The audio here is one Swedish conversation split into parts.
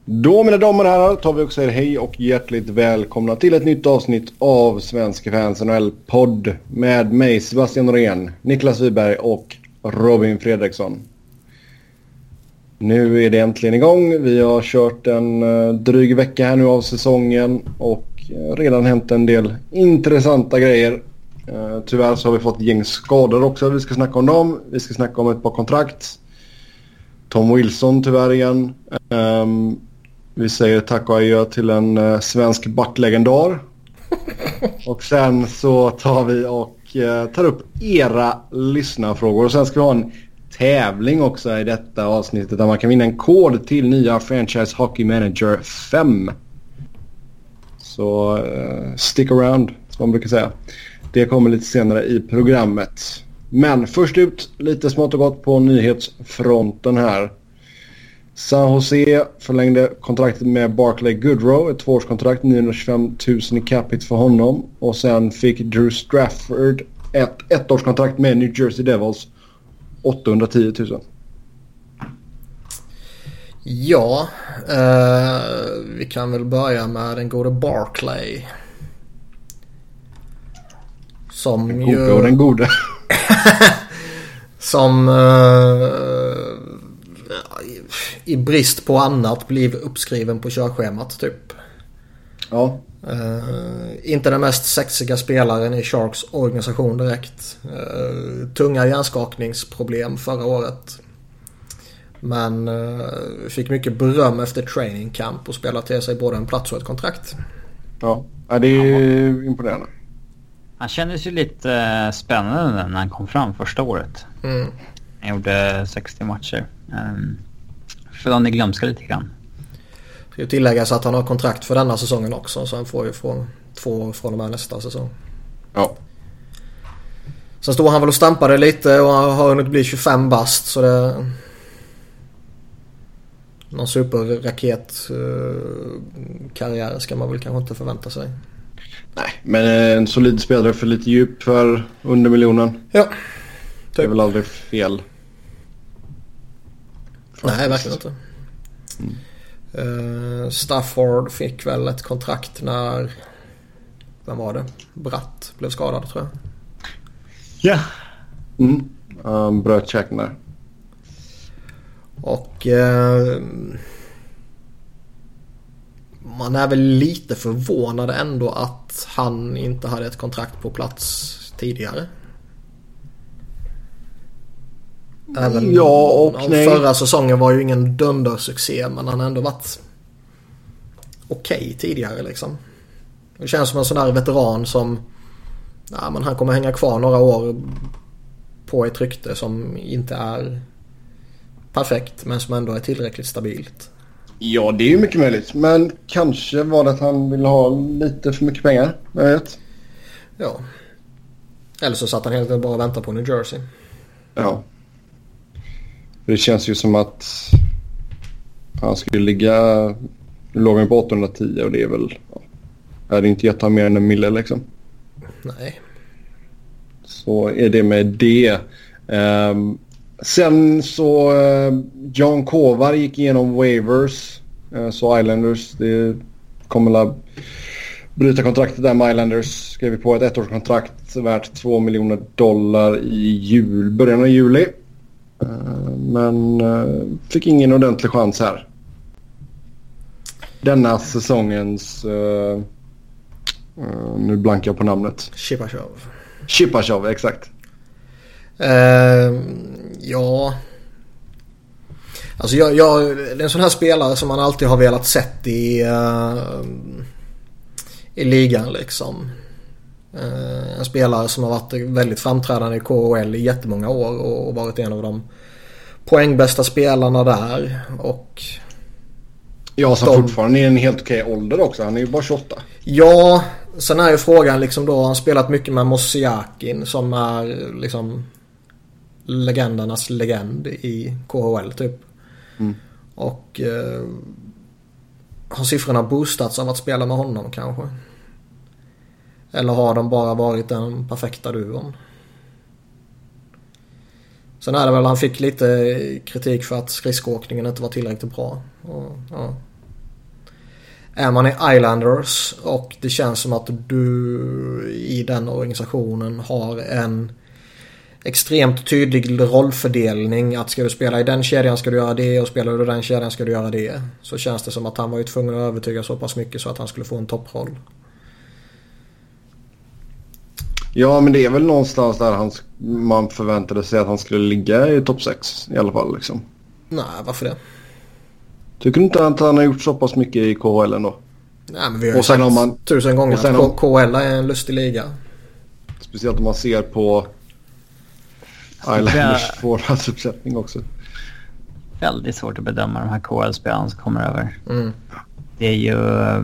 Då mina damer och herrar tar vi också er hej och hjärtligt välkomna till ett nytt avsnitt av Svenska Fans NHL-podd med mig Sebastian Norén, Niklas Wiberg och Robin Fredriksson. Nu är det äntligen igång. Vi har kört en dryg vecka här nu av säsongen och redan hänt en del intressanta grejer. Tyvärr så har vi fått ett gäng skador också. Vi ska snacka om dem. Vi ska snacka om ett par kontrakt. Tom Wilson tyvärr igen. Vi säger tack och adjö till en svensk backlegendar. Och sen så tar vi och tar upp era lyssnarfrågor. Och sen ska vi ha en tävling också i detta avsnittet där man kan vinna en kod till nya Franchise Hockey Manager 5. Så stick around, som man brukar säga. Det kommer lite senare i programmet. Men först ut, lite smått och gott på nyhetsfronten här. San Jose förlängde kontraktet med Barclay Goodrow, ett 2-årskontrakt, 925 000 i capita för honom. Och sen fick Drew Stafford ett 1-årskontrakt med New Jersey Devils, 810 000. Ja, vi kan väl börja med den gode Barclay. Som den gode och den gode. Som i brist på annat blev uppskriven på körschemat typ. Ja. Inte den mest sexiga spelaren i Sharks organisation direkt. Tunga hjärnskakningsproblem förra året. Men fick mycket beröm efter training camp och spelade till sig både en plats och ett kontrakt. Ja, det är imponerande. Han kändes ju lite spännande när han kom fram första året. Han gjorde 60 matcher. För han är glömska lite grann. Ska ju tilläggas att han har kontrakt för denna säsongen också. Så han får ju från 2 från och med nästa säsong. Ja. Sen står han väl och stampade lite och har hunnit bli 25 bast. Så det... Någon superraket karriär ska man väl kanske inte förvänta sig. Nej, men en solid spelare för lite djup för under miljonen. Ja, typ. Det är väl aldrig fel. Nej, verkligen inte. Stafford fick väl ett kontrakt när... Vem var det? Bratt blev skadad, tror jag. Ja. Bröt käken där. Och... man är väl lite förvånad ändå att han inte hade ett kontrakt på plats tidigare. Även ja och nej. Förra säsongen var ju ingen dundersuccé, men han har ändå varit okej tidigare liksom. Det känns som en sån där veteran som men han kommer hänga kvar några år på ett rykte som inte är perfekt men som ändå är tillräckligt stabilt. Ja, det är ju mycket möjligt. Men kanske var det att han ville ha lite för mycket pengar. Jag vet. Ja. Eller så satt han helt enkelt bara och väntade på New Jersey. Ja. För det känns ju som att han skulle ligga... Nu låg han på 810 och det är väl... Ja, jag hade inte gett han mer än en mille liksom. Nej. Så är det med det. Sen så John Kovar gick igenom waivers. Så Islanders, det kommer att bryta kontraktet där med Islanders. Skrev vi på ett 1-årskontrakt värt $2 miljoner i början av juli. Men fick ingen ordentlig chans här. Denna säsongens nu blankar jag på namnet. Shipachov, exakt. Ja. Alltså jag det är en sån här spelare som man alltid har velat sett i ligan liksom. En spelare som har varit väldigt framträdande i KHL i jättemånga år och varit en av de poängbästa spelarna där. Och ja, som fortfarande är en helt okej ålder också. Han är ju bara 28. Ja, sen är ju frågan liksom då, han har spelat mycket med Mosiakin som är liksom legendernas legend i KHL typ. Och har siffrorna boostats av att spela med honom kanske? Eller har de bara varit den perfekta duon? Sen är det väl han fick lite kritik för att skridskoåkningen inte var tillräckligt bra. Och, ja. är man i Islanders och det känns som att du i den organisationen har en extremt tydlig rollfördelning, att ska du spela i den kedjan ska du göra det och spelar du i den kedjan ska du göra det, så känns det som att han var ju tvungen att övertyga så pass mycket så att han skulle få en topproll. Ja, men det är väl någonstans där man förväntade sig att han skulle ligga i topp 6 i alla fall liksom. Nej, varför det? Tycker du inte att han har gjort så pass mycket i KHL ändå? Nej, men vi har ju sagt 1000 gånger att KHL är en lustig liga. Speciellt om man ser på Islanders forwardsuppsättning också. Väldigt svårt att bedöma de här KHL-spelarna som kommer över. Mm. Det är ju...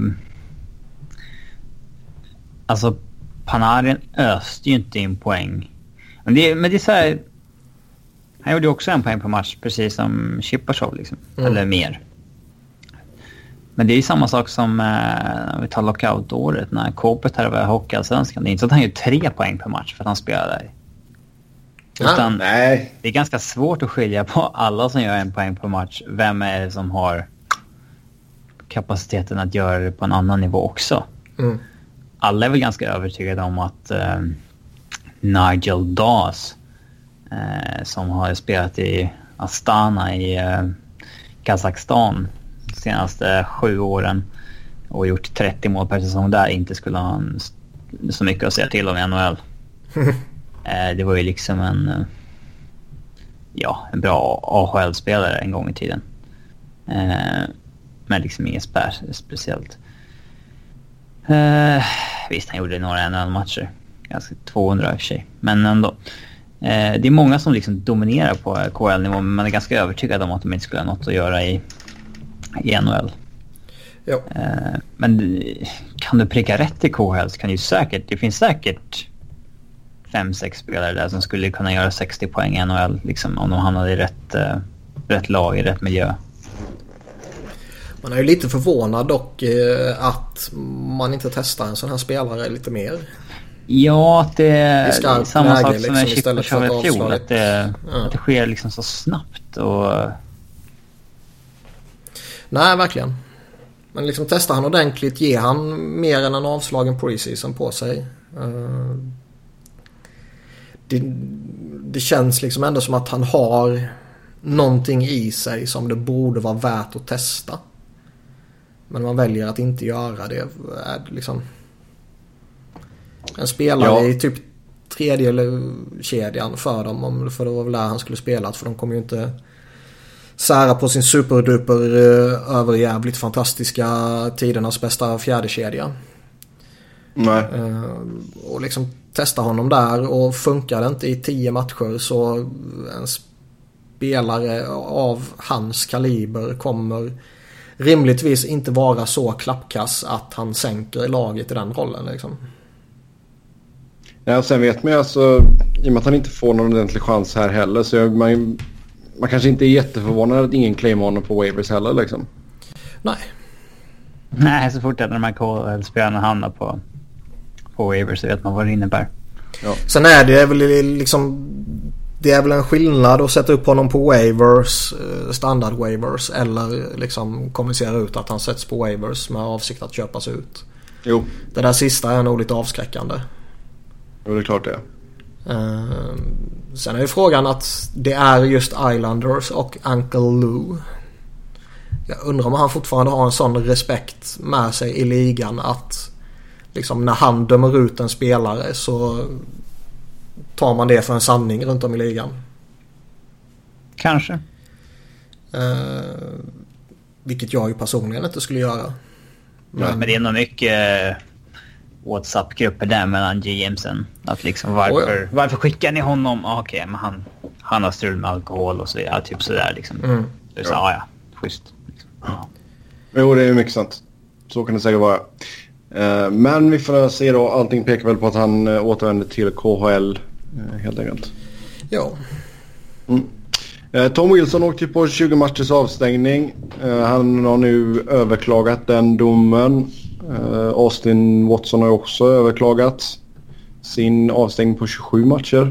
Alltså, Panarin öste ju inte in poäng. Men det är så här... Han gjorde ju också en poäng per match, precis som Chipachov liksom. Eller mer. Men det är ju samma sak som när vi tar lockout-året när Kåpet här var Hockeyallsvenskan. Det är inte så att han gör 3 poäng per match för att han spelar där. Utan nej. Det är ganska svårt att skilja på alla som gör 1 poäng per match. Vem är det som har kapaciteten att göra det på en annan nivå också? Mm. Alla är väl ganska övertygade om att Nigel Dawes som har spelat i Astana i Kazakstan de senaste 7 åren och gjort 30 mål per säsong där, inte skulle ha så mycket att säga till om i NHL. Det var ju liksom en bra AHL-spelare en gång i tiden. Men liksom inget speciellt. Visst, han gjorde några NHL-matcher. Ganska 200 i och för sig. Men ändå. Det är många som liksom dominerar på KHL-nivå, men man är ganska övertygad om att de inte skulle ha något att göra i NHL. Jo. Men kan du pricka rätt i KHL så kan det finns säkert 5-6 spelare där som skulle kunna göra 60 poäng i NHL liksom, om de hamnade i rätt lag, i rätt miljö. Man är ju lite förvånad dock att man inte testar en sån här spelare lite mer. Ja, det är samma sak som med Chipachov i fjol. Att det sker liksom så snabbt. Nej, verkligen. Men liksom testar han ordentligt, ger han mer än en avslagen preseason på sig. Det känns liksom ändå som att han har någonting i sig som det borde vara värt att testa. Men man väljer att inte göra det. Är liksom en spelare i typ 3:e kedjan för dem, för det var väl där han skulle spela, för de kommer ju inte sära på sin superduper överjävligt fantastiska tidernas bästa 4:e kedja. Nej. Och liksom testa honom där, och funkar det inte i 10 matcher så en spelare av hans kaliber kommer rimligtvis inte vara så klappkass att han sänker laget i den rollen liksom. Ja, sen vet man ju alltså, i och med att han inte får någon ordentlig chans här heller, så man kanske inte är jätteförvånad att ingen claimar honom på waivers heller liksom. Nej, så fort att de här KHL-spelarna hamnar på waivers så vet man vad det innebär. Ja. Sen är det väl liksom, det är väl en skillnad att sätta upp honom på waivers, standard waivers, eller liksom kommunicera ut att han sätts på waivers med avsikt att köpas ut. Jo. Det där sista är nog lite avskräckande. Jo, det är klart det. Sen är ju frågan att det är just Islanders och Uncle Lou. Jag undrar om han fortfarande har en sån respekt med sig i ligan att liksom när han dömer ut en spelare så tar man det för en sanning runt om i ligan. Kanske. Vilket jag ju personligen inte skulle göra. Men det är nog mycket WhatsApp-grupper där mellan GMsen. Att liksom varför skickar ni honom? Okej, men han har strul med alkohol och så vidare. Typ sådär liksom. Det är så, ja, schysst. Liksom. Ja. Jo, det är mycket sant. Så kan det säkert vara. Men vi får se då. Allting pekar väl på att han återvänder till KHL helt enkelt. Ja. Tom Wilson åkte på 20 matchers avstängning. Han har nu överklagat den domen. Austin Watson har också överklagat sin avstängning på 27 matcher.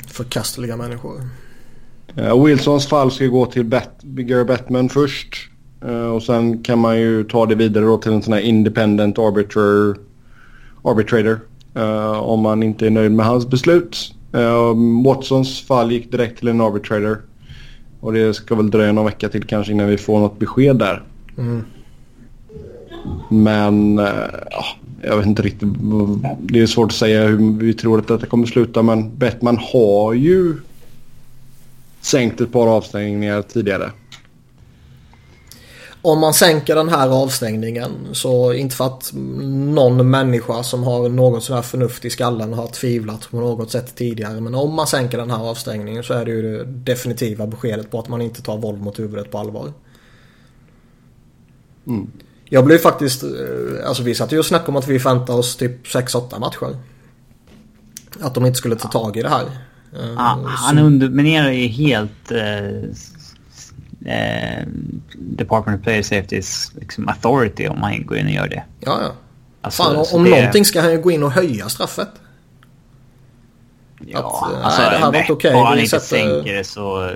Förkastliga människor. Wilsons fall ska gå till Gary Bettman först. Och sen kan man ju ta det vidare då till en sån här independent arbitrator om man inte är nöjd med hans beslut. Watsons fall gick direkt till en arbitrator. Och det ska väl dröja någon vecka till kanske innan vi får något besked där. Men jag vet inte riktigt. Det är svårt att säga hur vi tror att detta kommer sluta. Men Bettman har ju sänkt ett par avstängningar tidigare. Om man sänker den här avstängningen, så inte för att någon människa som har något sådär förnuft i skallen har tvivlat på något sätt tidigare, men om man sänker den här avstängningen så är det ju det definitiva beskedet på att man inte tar våld mot huvudet på allvar. Jag blev faktiskt, alltså vi satt ju och snackade om att vi förväntar oss typ 6-8 matcher. Att de inte skulle ta tag i det här. Han underminerar ju helt Department of Player Safetys liksom authority om han går in och gör det. Ja. Alltså, fan, om någonting ska han ju gå in och höja straffet. Ja, att, alltså, nej, det här var inte okej. Om han inte sänker det så...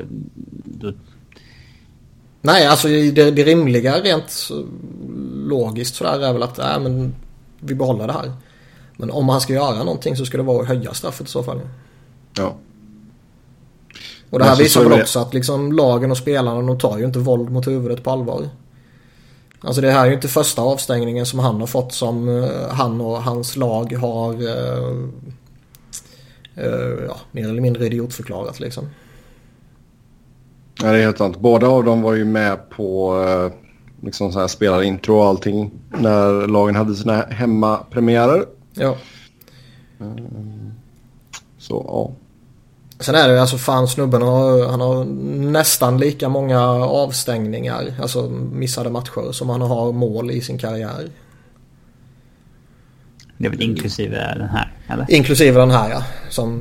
Nej, alltså det rimliga rent logiskt sådär är väl att men vi behåller det här. Men om han ska göra någonting så ska det vara att höja straffet i så fall. Ja. Och det här visar väl också att liksom lagen och spelarna, de tar ju inte våld mot huvudet på allvar. Alltså det här är ju inte första avstängningen som han har fått som han och hans lag har mer eller mindre idiotförklarat liksom. Ja, det är helt sant. Båda av dem var ju med på liksom så här spelarintro och allting när lagen hade sina hemmapremiärer. Ja. Så ja. Sen är det alltså fan snubben han har nästan lika många avstängningar, alltså missade matcher, som han har mål i sin karriär. Det är väl inklusive den här, eller? Inklusive den här, ja.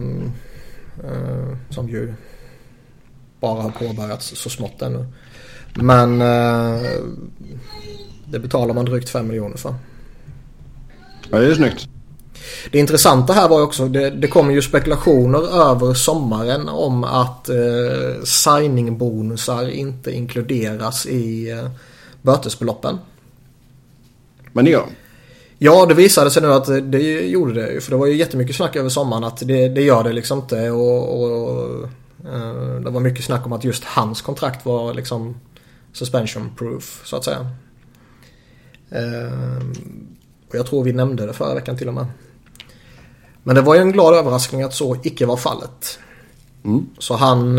Som ju bara har påbörjats så smått ännu. Men det betalar man drygt 5 miljoner för. Ja, det är snyggt. Det intressanta här var också, det kommer ju spekulationer över sommaren om att signingbonusar inte inkluderas i bötesbeloppen. Men det gör de. Ja, det visade sig nu att det gjorde det. För det var ju jättemycket snack över sommaren att det gör det liksom inte. Och det var mycket snack om att just hans kontrakt var liksom suspension proof, så att säga. Och jag tror vi nämnde det förra veckan till och med. Men det var ju en glad överraskning att så icke var fallet. Så han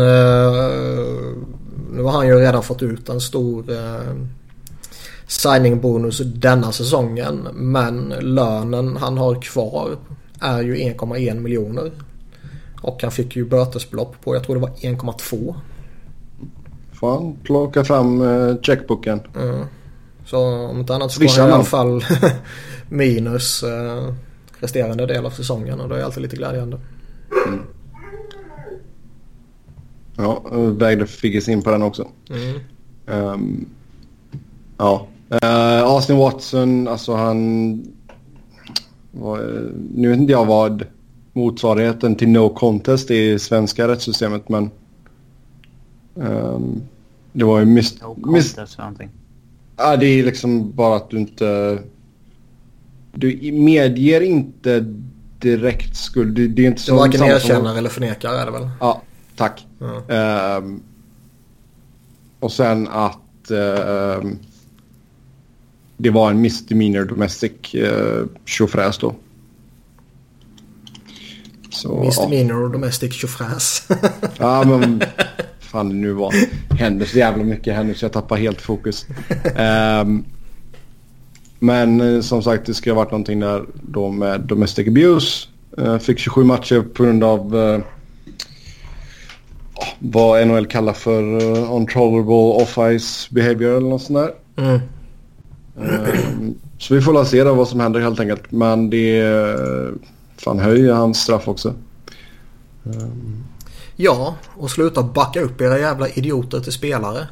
nu har han ju redan fått ut en stor signing-bonus denna säsongen, men lönen han har kvar är ju 1,1 miljoner. Och han fick ju bötesbelopp på, jag tror det var 1,2. Fan, plocka fram checkbooken. Så om inte annat så får han i alla fall minus resterande del av säsongen, och det är alltid lite glädjande. Ja, vägde fick in på den också. Ja. Austin Watson, alltså han nu vet inte jag vad motsvarigheten till no contest i svenska rättssystemet, men det var ju no contest någonting. Ja, det är liksom bara att du medger inte direkt skuld. Det är inte så. Du varken erkänner eller förnekar, är det väl? Ja, tack. Och sen att det var en misdemeanor domestic tjofräs då. Så, misdemeanor domestic tjofräs. Ja, men fan, det nu var händer så jävla mycket händer så jag tappar helt fokus. Men som sagt, det ska ha varit någonting där då med domestic abuse. Fick 27 matcher på grund av vad NHL kallar för untolerable off-ice behavior eller något sånt där. Så vi får la se vad som händer helt enkelt. Men det fan höjer hans straff också. Ja, och sluta backa upp era jävla idioter till spelare.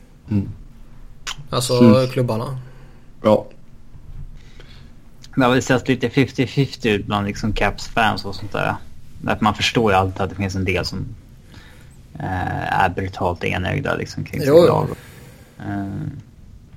Alltså klubbarna. Ja. Det har väl sett lite 50-50 ut bland liksom Caps-fans och sånt där. Därför man förstår ju alltid att det finns en del som är brutalt enögda liksom kring sin lag.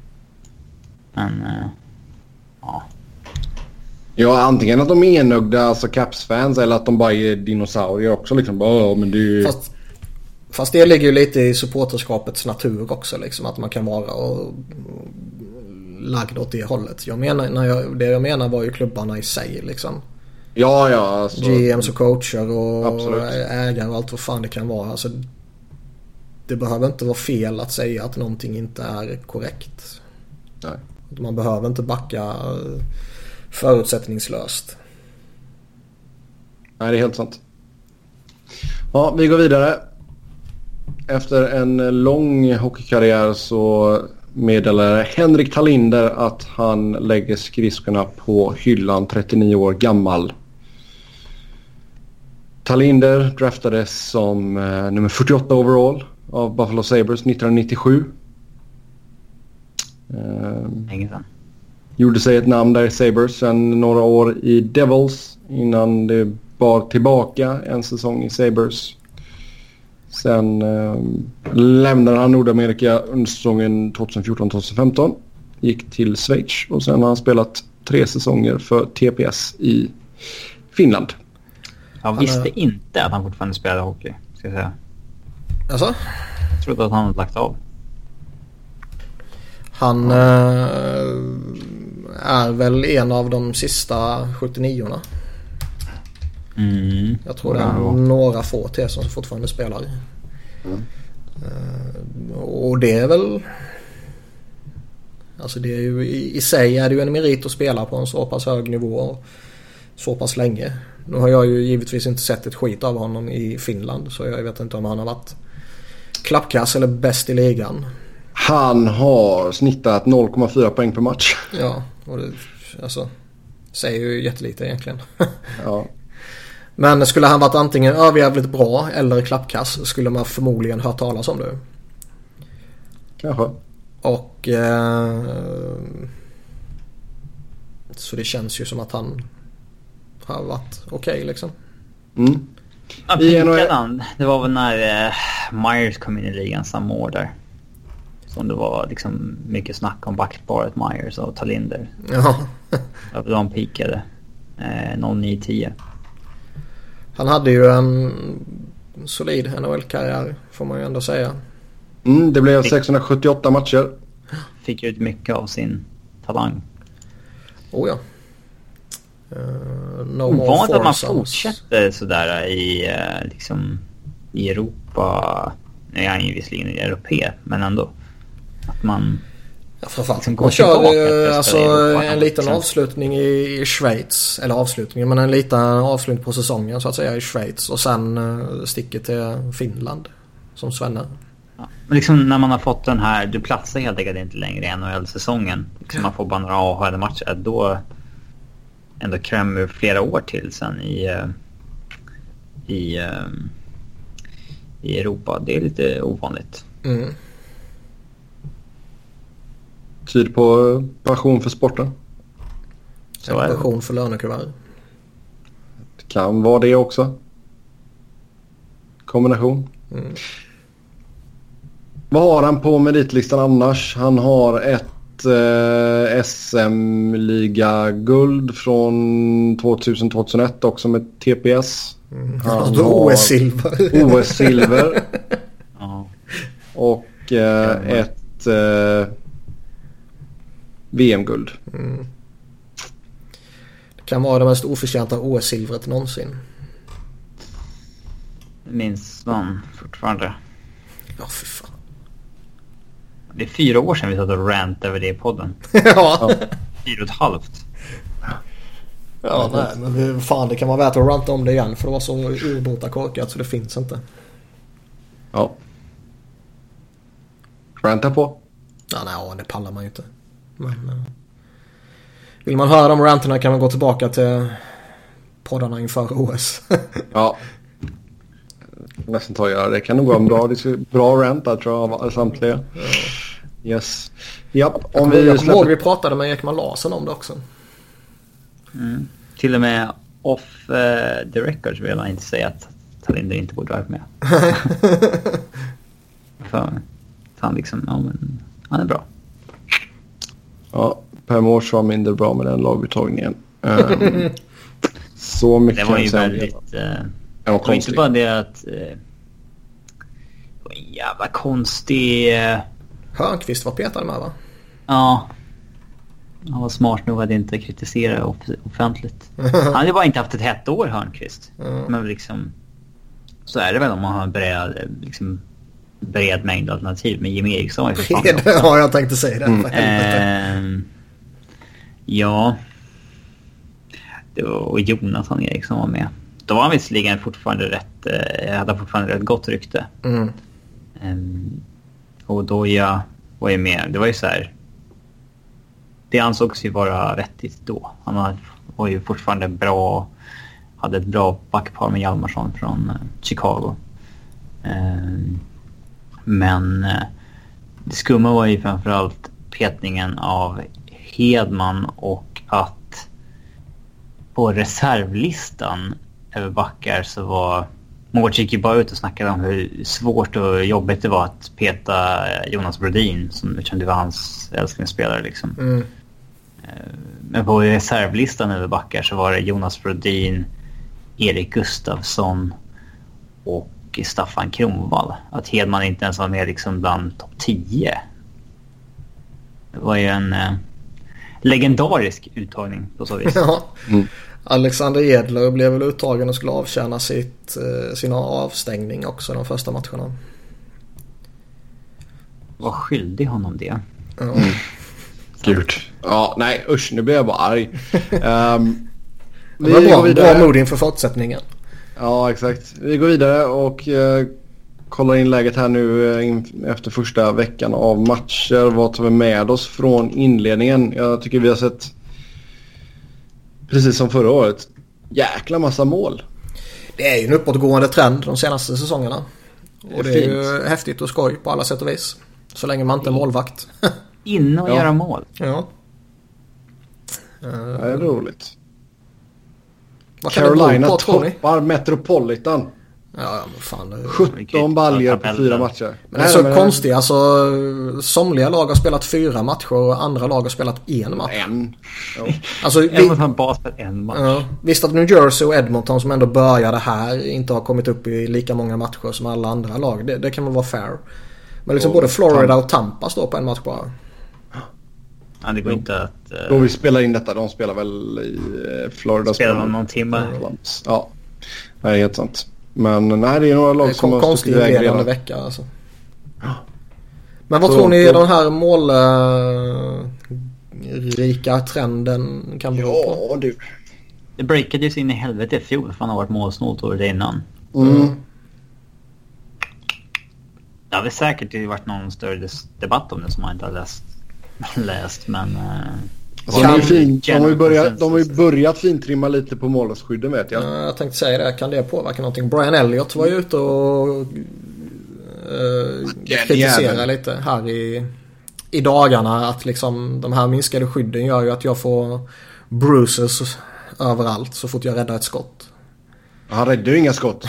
Men ja. Ja, antingen att de är enögda, alltså Caps-fans, eller att de bara är dinosaurier också liksom. Men det är ju... Fast det ligger ju lite i supporterskapets natur också liksom, att man kan vara och lagd åt det hållet. Jag menar var ju klubbarna i sig liksom. Ja, alltså, GMs och coacher och absolut. Ägare och allt vad fan det kan vara. Alltså, det behöver inte vara fel att säga att någonting inte är korrekt. Nej. Man behöver inte backa förutsättningslöst. Nej, det är helt sant. Ja, vi går vidare. Efter en lång hockeykarriär så meddelar Henrik Tallinder att han lägger skridskorna på hyllan, 39 år gammal. Tallinder draftades som nummer 48 overall av Buffalo Sabres 1997. Gjorde sig ett namn där i Sabres, sen några år i Devils innan det bar tillbaka en säsong i Sabres. Sen lämnade han Nordamerika under säsongen 2014-2015. Gick till Schweiz och sen har han spelat 3 säsonger för TPS i Finland. Jag visste inte att han fortfarande spelade hockey, ska jag säga. Alltså? Jag trodde att han hade lagt av. Han är väl en av de sista 79orna. Jag tror det är några få till som fortfarande spelar. Och det är väl, alltså det är ju i sig är det ju en merit att spela på en så pass hög nivå och så pass länge. Nu har jag ju givetvis inte sett ett skit av honom i Finland, så jag vet inte om han har varit klappkass eller bäst i ligan. Han har snittat 0,4 poäng per match. Ja, och det alltså säger ju jättelite egentligen. Ja. Men skulle han varit antingen överjävligt bra eller klappkass skulle man förmodligen hört talas om det. Kanske. Och så det känns ju som att han har varit okej liksom. Ja, det var väl när Myers kom in i ligan samma år där. Som det var liksom mycket snack om backparet Myers och Tallinder. Ja. De pikade 09-10. Han hade ju en solid NHL-karriär får man ju ändå säga. Det blev 678 matcher. Fick ut mycket av sin talang. Oh ja. Ovanligt att man fortsätter sådär i liksom i Europa. Nu är han ju visserligen i Europa, men ändå att man framförallt man kör alltså en liten avslutning i Schweiz, eller avslutningen, men en liten avslutning på säsongen så att säga i Schweiz och sen sticker till Finland som Svenne. Ja, men liksom när man har fått den här, du platsar helt enkelt inte längre i NHL-säsongen, liksom man får bara några AHL-matcher, då ändå krämmer flera år till sen i Europa. Det är lite ovanligt. Tyder på passion för sporten. Så en passion för lönekuvert. Det kan vara det också. Kombination. Vad har han på meritlistan annars? Han har ett SM-liga-guld från 2000-2001 också med TPS. Han har OS-silver. OS-silver. Och ett VM-guld. Det kan vara det mest oförtjänta OS-silvret någonsin. Minns man fortfarande. Ja, för fan. Det är 4 år sedan vi satt och rant över det i podden. Ja. 4,5. Ja, nej, men fan, det kan vara värt att ranta om det igen för det var så urbota korkat så det finns inte. Ja. Ranta på. Ja, nej, det pallar man ju inte. Men vill man höra de ranterna kan man gå tillbaka till poddarna inför OS. Ja. Nästan ta göra. Det kan nog vara en bra rant där, tror jag, av samtliga. Yes. Japp, om jag kommer ihåg vi pratade med Ekman Larsson om det också. Till och med off the record vill han inte säga att Tallinder inte borde vara med. För han liksom, ja, men han är bra. Ja, Per Mårts var mindre bra med den laguttagningen. Så mycket. Det var ju väldigt... det var inte bara det att... det var en jävla konstig... Hörnqvist var petad med, va? Ja. Han var smart nog att inte kritisera offentligt. Han hade bara inte haft ett hett år, Hörnqvist. Men liksom... Så är det väl om man har en bred mängd alternativ. Men Jimmy Eriksson var ju för fan ja, jag tänkte säga det. Ja. Och Jonathan Eriksson var med. Då var han visserligen fortfarande hade fortfarande rätt gott rykte. Och då jag var ju med. Det var ju så här. Det ansågs ju vara vettigt då. Han var ju fortfarande bra. Hade ett bra backpar med Hjalmarsson från Chicago. Men det skumma var ju framförallt petningen av Hedman och att på reservlistan över backar så var Mårts gick ju bara ut och snackade om hur svårt och jobbigt det var att peta Jonas Brodin som det var hans älsklingsspelare liksom. Men på reservlistan över backar så var det Jonas Brodin, Erik Gustafsson och Staffan Kronwall. Att Hedman inte ens var med liksom bland topp 10. Det var ju en legendarisk uttagning på så vis. Ja. Alexander Edler blev väl uttagen och skulle avtjäna sin avstängning också de första matcherna. Var skyldig honom det? Gud. Ja, nej usch, nu blir jag bara arg. Vi går vidare. Bra mod inför fortsättningen. Ja, exakt. Vi går vidare och kollar in läget här nu efter första veckan av matcher. Vad tar vi med oss från inledningen? Jag tycker vi har sett, precis som förra året, jäkla massa mål. Det är ju en uppåtgående trend de senaste säsongerna. Och det är ju häftigt och skoj på alla sätt och vis. Så länge man inte är målvakt. In och göra mål. Ja. Det är roligt. Carolina toppar Metropolitan. Ja, men fan. 17 baljer på 4 matcher. Men det är så konstigt. Alltså, somliga lag har spelat 4 matcher och andra lag har spelat 1 match. Ja. Alltså, Edmonton bara spelat 1 match. Ja, visst att New Jersey och Edmonton som ändå började här inte har kommit upp i lika många matcher som alla andra lag. Det kan väl vara fair. Men liksom både Florida och Tampa står på en match bara. Ja, det går inte att... Då vi spelar in detta, de spelar väl i Florida. Spelar de någon timme? Ja, det är helt sant. Men nej, det är några lag som har konstigt inledande vecka alltså. Men vad tror ni den här målrika trenden kan bero på? Ja, du. Det breakade ju sin i helvete i fjol för han har varit målsnålt över det innan. Det har väl säkert varit någon större debatt om det som man inte har läst men... de har ju börjat fintrimma lite på målskydden, vet jag. Jag tänkte säga det. Kan det påverka någonting? Brian Elliott var ju ute och kritiserade lite här i dagarna att liksom de här minskade skydden gör ju att jag får bruises överallt så fort jag räddar ett skott. Han räddar ju inga skott.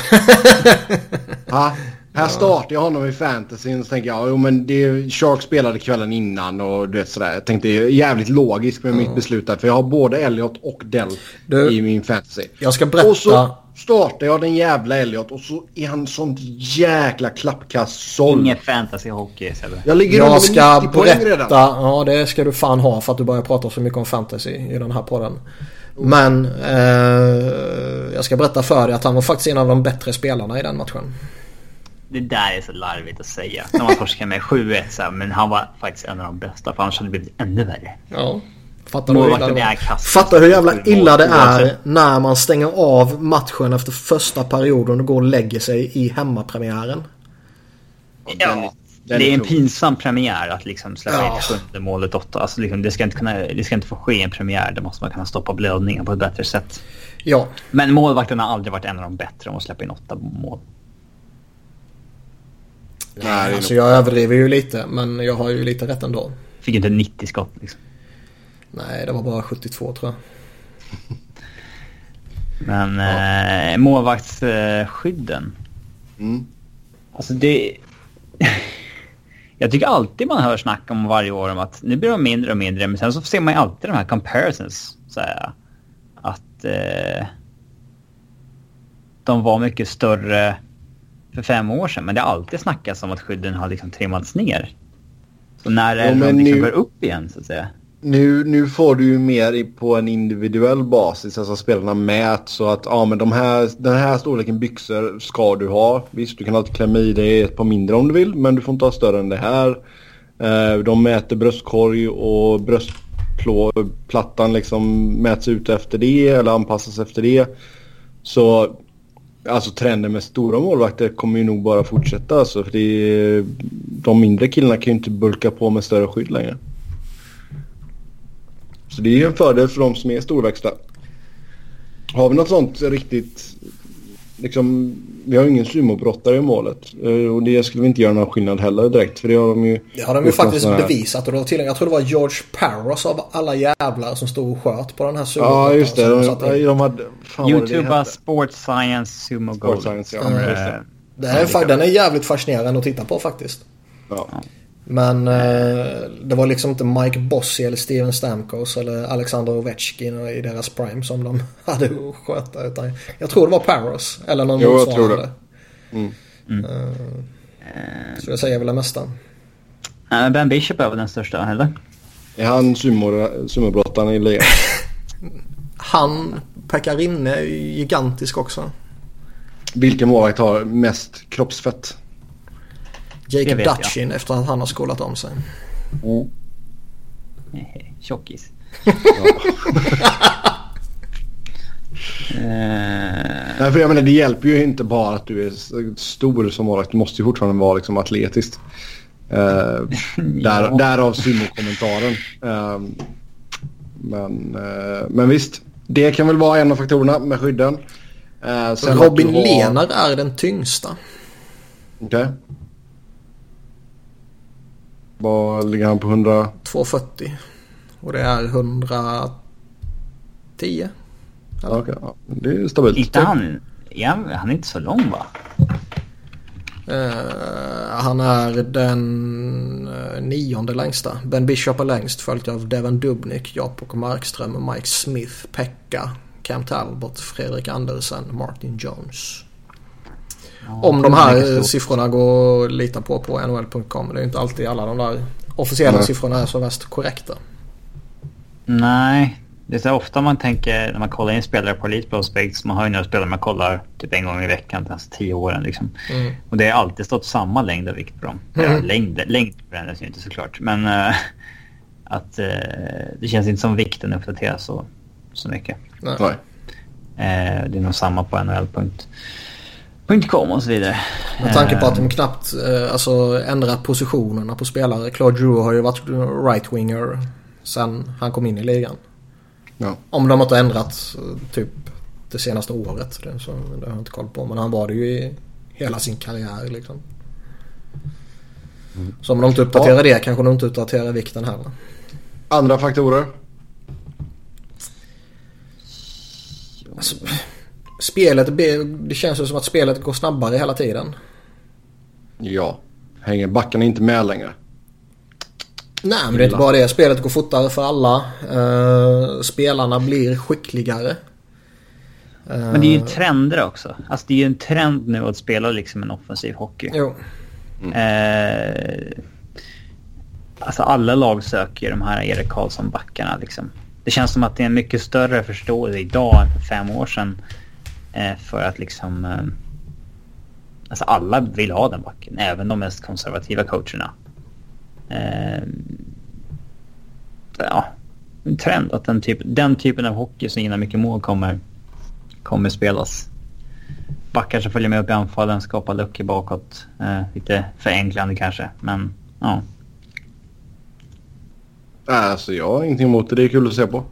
Här startar jag honom i fantasyn och tänker jag, men Shark spelade kvällen innan och du vet sådär. Jag tänkte det är jävligt logiskt med mitt beslut där, för jag har både Elliott och Dell i min fantasy. Jag ska berätta. Och så startar jag den jävla Elliott och så är han sånt jäkla klappkast-såld. Ingen fantasy-hockey eller? Jag ska berätta. Redan. Ja, det ska du fan ha för att du börjar prata så mycket om fantasy i den här podden. Men jag ska berätta för dig att han var faktiskt en av de bättre spelarna i den matchen. Det där är så larvigt att säga. När man torskar med 7-1 så här, men han var faktiskt en av de bästa, för annars hade det blivit ännu värre. Ja. Fattar hur jävla illa det är när man stänger av matchen efter första perioden och går och lägger sig i hemmapremiären. Ja, det är en pinsam premiär att liksom släppa in 7:e målet 8. Alltså liksom, det ska inte få ske en premiär. Det måste man kunna stoppa blödningen på ett bättre sätt. Ja. Men målvakterna har aldrig varit en av de bättre om att släppa in 8 mål. Nej, alltså jag överdriver ju lite, men jag har ju lite rätt ändå. Fick inte 90 skott liksom. Nej, det var bara 72 tror jag. Men målvaktsskydden. Alltså det... Jag tycker alltid man hör snack om varje år om att nu blir de mindre och mindre. Men sen så ser man ju alltid de här comparisons. Så här, att de var mycket större för 5 år sedan. Men det har alltid snackats om att skydden har liksom trimmats ner. Så när är de liksom går upp igen så att säga? Nu får du ju mer på en individuell basis. Alltså spelarna mäts så att men den här storleken byxor ska du ha. Visst, du kan alltid klämma i dig ett par mindre om du vill. Men du får inte ha större än det här. De mäter bröstkorg och bröstplattan liksom mäts ut efter det. Eller anpassas efter det. Så alltså trenden med stora målvakter kommer ju nog bara fortsätta. Alltså, för de mindre killarna kan ju inte bulka på med större skydd längre. Så det är ju en fördel för de som är storväxta. Har vi något sånt riktigt liksom, vi har ju ingen sumobrottare i målet. Och det skulle vi inte göra någon skillnad heller direkt. För det har de ju... Det har de ju faktiskt bevisat. Och då till, jag tror det var George Parros av alla jävlar som stod och sköt på den här sumobrottaren. Ja, just det. De hade... YouTuber Sports Science Sumo Gold. Science, den är jävligt fascinerande att titta på faktiskt. Ja. Men det var liksom inte Mike Bossy eller Steven Stamkos eller Alexander Ovechkin i deras prime som de hade att sköta. Utan jag tror det var Parros eller någon motsvarande. Så jag säger väl det mesta. Ben Bishop är väl den största, eller? Är han sumobrottaren i ligan? Han Pekarinne är gigantisk också. Vilken målvakt har mest kroppsfett? Jacob Dutchin efter att han har skolat om sig. Tjockis. Nej, för jag menar, det hjälper ju inte bara att du är stor som målvakt. Du måste ju fortfarande vara liksom atletisk. Därav sumo-kommentaren. Men visst, det kan väl vara en av faktorerna med skydden. Robin Lehner är den tyngsta. Okej. Vad ligger han på 100? 240. Och det är 110. Okej, det är stabilt. Inte han är inte så lång, va? Han är den 9:e längsta. Ben Bishop är längst, följt av Devin Dubnyk, Jakob Markström, Mike Smith, Pekka, Cam Talbot, Fredrik Andersen, Martin Jones. Om de här siffrorna går att lita på NHL.com. Det är ju inte alltid alla de där officiella siffrorna är så värst korrekta. Nej, det är så ofta man tänker när man kollar in spelare på Elite Prospects. Man har ju några spelare man kollar typ en gång i veckan de senaste 10 åren liksom. Och det har alltid stått samma längd och vikt på dem. Längd förändras ju inte såklart. Men att det känns inte som vikten uppdateras så mycket. Nej. Det är nog samma på NHL.com och så vidare. Med tanke på att de knappt ändrar positionerna på spelare. Claude Giroux har ju varit right-winger sen han kom in i ligan. Ja. Om de inte har ändrat typ det senaste året. Det har jag inte koll på. Men han var det ju i hela sin karriär liksom. Så om de inte uppdaterar det kanske de inte uppdaterar vikten heller. Andra faktorer? Alltså, det känns ju som att spelet går snabbare hela tiden. Ja. Hänger backarna inte med längre? Nej, men det är inte bara det. Spelet går fortare för alla. Spelarna blir skickligare. Men det är ju trender också. Alltså det är ju en trend nu att spela liksom en offensiv hockey. Jo. Alltså alla lag söker de här Erik Karlsson-backarna liksom. Det känns som att det är en mycket större förståelse idag än för 5 år sedan. För att liksom... alltså alla vill ha den backen. Även de mest konservativa coacherna. Ja, en trend att den typen av hockey som gynnar mycket mål kommer spelas. Backar som följer med upp i anfallen, skapar luckor bakåt. Lite förenklande kanske, men ja. Alltså jag har ingenting emot det. Det är kul att se på.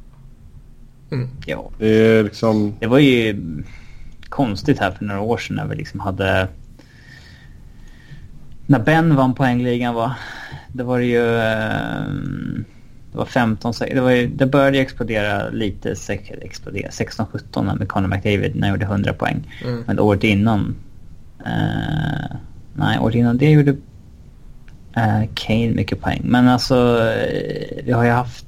Ja. Det är liksom... Det var ju konstigt här för några år sedan när vi liksom hade... När Ben vann poängligan det var ju... Det var 15... Det började explodera lite. 16-17 med Connor McDavid när han gjorde 100 poäng. Men året innan... året innan det gjorde Kane mycket poäng. Men alltså vi har ju haft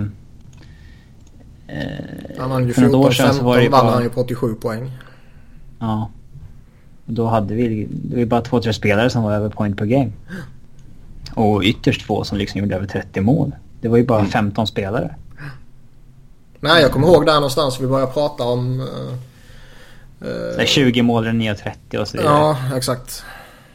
han vann ju för något år sedan så var det vann han ju på 87 poäng. Ja. Då hade det var bara 2-3 spelare som var över point per game. Och ytterst få som liksom gjorde över 30 mål. Det var ju bara 15 spelare. Nej, jag kommer ihåg där någonstans vi började prata om 20 mål eller 9-30 och så vidare. Ja, exakt.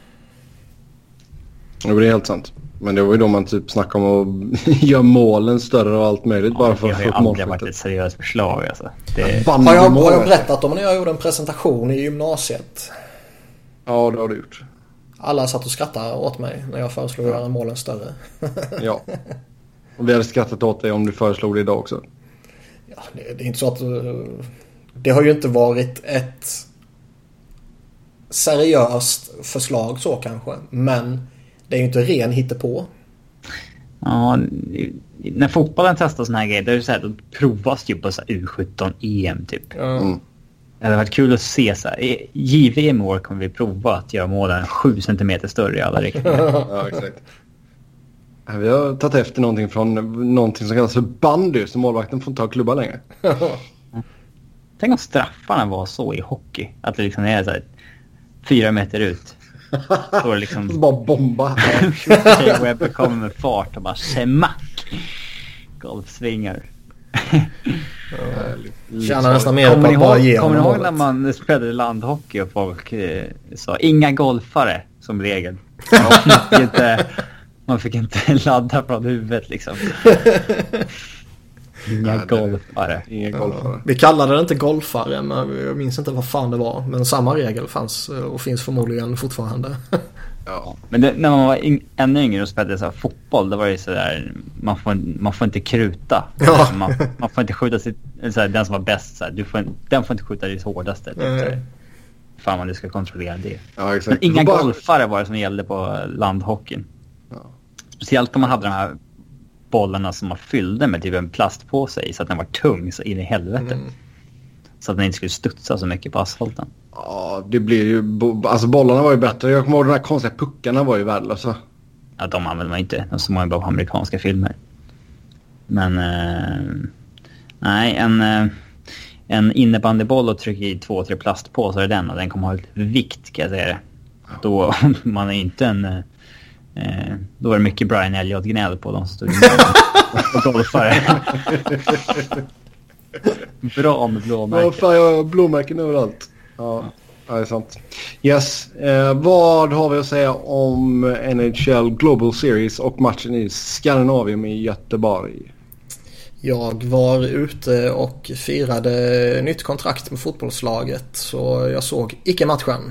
Det är helt sant. Men det var ju då man typ snackade om att göra målen större och allt möjligt bara för att få upp målskyttet. Det har varit ett seriöst förslag alltså. Har jag berättat om när jag gjorde en presentation i gymnasiet? Ja, det har du gjort. Alla satt och skrattade åt mig när jag föreslog att göra målen större. Ja. Och vi hade skrattat åt dig om du föreslog det idag också. Ja, det är inte så att... Det har ju inte varit ett seriöst förslag så kanske. Men det är ju inte ren hittepå. Ja, när fotbollen testar såna här grejer, då är det så här, då provas ju på så här U17 EM typ. Mm. Det hade varit kul att se så här. I JVM år kommer vi prova att göra målen 7 centimeter större i alla riktningar. Ja, exakt. Vi har tagit efter någonting från någonting som kallas för bandy, så målvakten får inte ha klubba längre. Tänk om straffarna var så i hockey. Att det liksom är så här 4 meter ut. Så det liksom... bara bomba. Webber kommer med fart och bara smack. Golfsvingar. Tjänar nästan mer på att bara ge. Kommer ni ihåg när man spelade landhockey och folk sa inga golfare som regel? Man fick inte ladda från huvudet liksom. Inga golfare. Vi kallade det inte golfare, men jag minns inte vad fan det var. Men samma regel fanns och finns förmodligen fortfarande. Ja. Men när man var ännu yngre och spelade så här fotboll, då var det så där man får inte kruta. Ja. Man får inte skjuta så här, den som var bäst så här, den får inte skjuta det hårdaste. Typ, fan man du ska kontrollera det. Ja, exakt. Men inga golfare var det som gällde på landhockeyn. Ja. Speciellt om man hade de här bollarna som man fyllde med typ en plast på sig så att den var tung så in i helvete. Så att den inte skulle studsa så mycket på asfalten. Ja, det blir ju... Alltså bollarna var ju bättre. Jag kommer ihåg de här konstiga puckarna var ju värdelösa. Ja, de använder man inte. De som man bara på amerikanska filmer. Men... nej, en innebandyboll och trycka i 2-3 plast på så är det den. Och den kommer ha lite vikt, kan jag säga det. Då man är inte en... då är det mycket Brian Elliott-gnäll på de som stod och golfare. Bra med blåmärken. Ja, fan, jag har blåmärken överallt. Ja, det är sant. Yes, vad har vi att säga om NHL Global Series och matchen i Skandinavien i Göteborg? Jag var ute och firade nytt kontrakt med fotbollslaget, så jag såg icke matchen.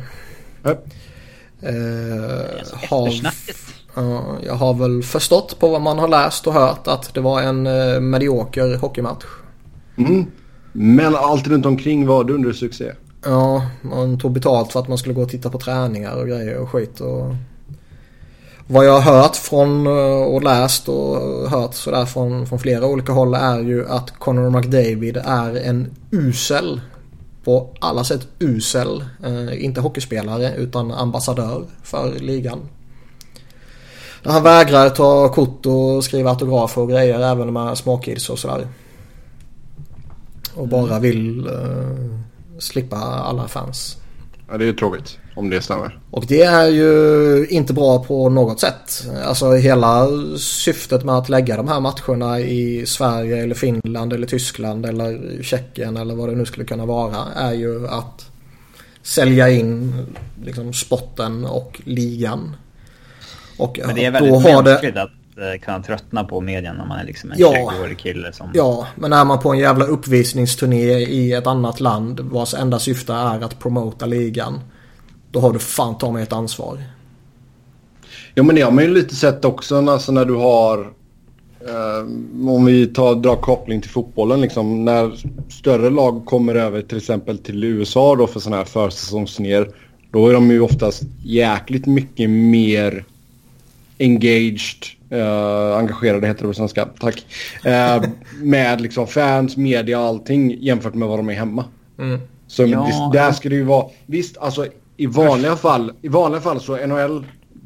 Jag har väl förstått på vad man har läst och hört att det var en medioker hockeymatch. Men allt runt omkring var dundersuccé. Ja, man tog betalt för att man skulle gå och titta på träningar och grejer och skit. Och vad jag har hört från och läst och hört sådär från flera olika håll är ju att Connor McDavid är en usel, på alla sätt usel, inte hockeyspelare utan ambassadör för ligan. Han vägrar ta kort och skriva autografer och grejer även med småkids och sådär. Och bara vill slippa alla fans. Ja, det är ju tråkigt om det stämmer. Och det är ju inte bra på något sätt. Alltså hela syftet med att lägga de här matcherna i Sverige eller Finland eller Tyskland eller Tjeckien eller vad det nu skulle kunna vara är ju att sälja in liksom sporten och ligan. Och men det är väldigt mänskligt att kunna tröttna på medien när man är liksom en 20-årig kille som... Ja, men är man på en jävla uppvisningsturné i ett annat land vars enda syfte är att promota ligan, då har du fan ta med ett ansvar. Ja, men det har man ju lite sett också alltså när du har om vi drar koppling till fotbollen liksom, när större lag kommer över till exempel till USA då för sådana här försäsongsturnéer, då är de ju oftast jäkligt mycket mer engaged, engagerade heter det på svenska, tack, med liksom fans, media och allting jämfört med vad de är hemma. Så där ska det ju vara, visst alltså i vanliga fall så NHL,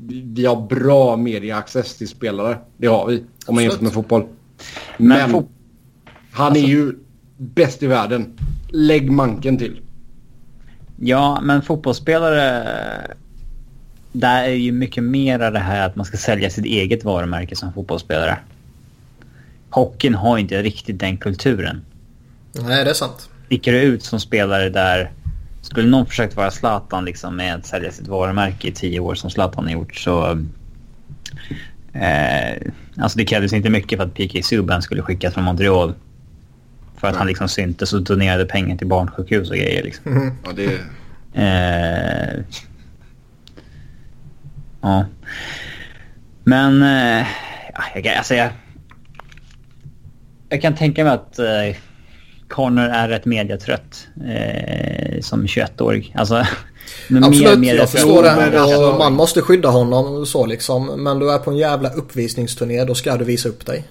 vi har bra media-access till spelare. Det har vi, om man jämför med fotboll. Men han är ju bäst i världen. Lägg manken till. Ja, men fotbollsspelare... Där är ju mycket mer av det här att man ska sälja sitt eget varumärke som fotbollsspelare. Hockeyn har inte riktigt den kulturen. Nej, det är sant. Sticker du ut som spelare där... Skulle någon försökt vara Zlatan liksom, med att sälja sitt varumärke i 10 år som Zlatan har gjort, så... alltså det krävdes inte mycket för att P.K. Subban skulle skickas från Montreal. För att han liksom syntes och donerade pengar till barnsjukhus och grejer liksom. Mm. Ja, det... ja. Men... jag kan tänka mig att... Connor är rätt mediatrött som 21-årig. Alltså, absolut, jag förstår det. Och man måste skydda honom så liksom. Men du är på en jävla uppvisningsturné, då ska du visa upp dig.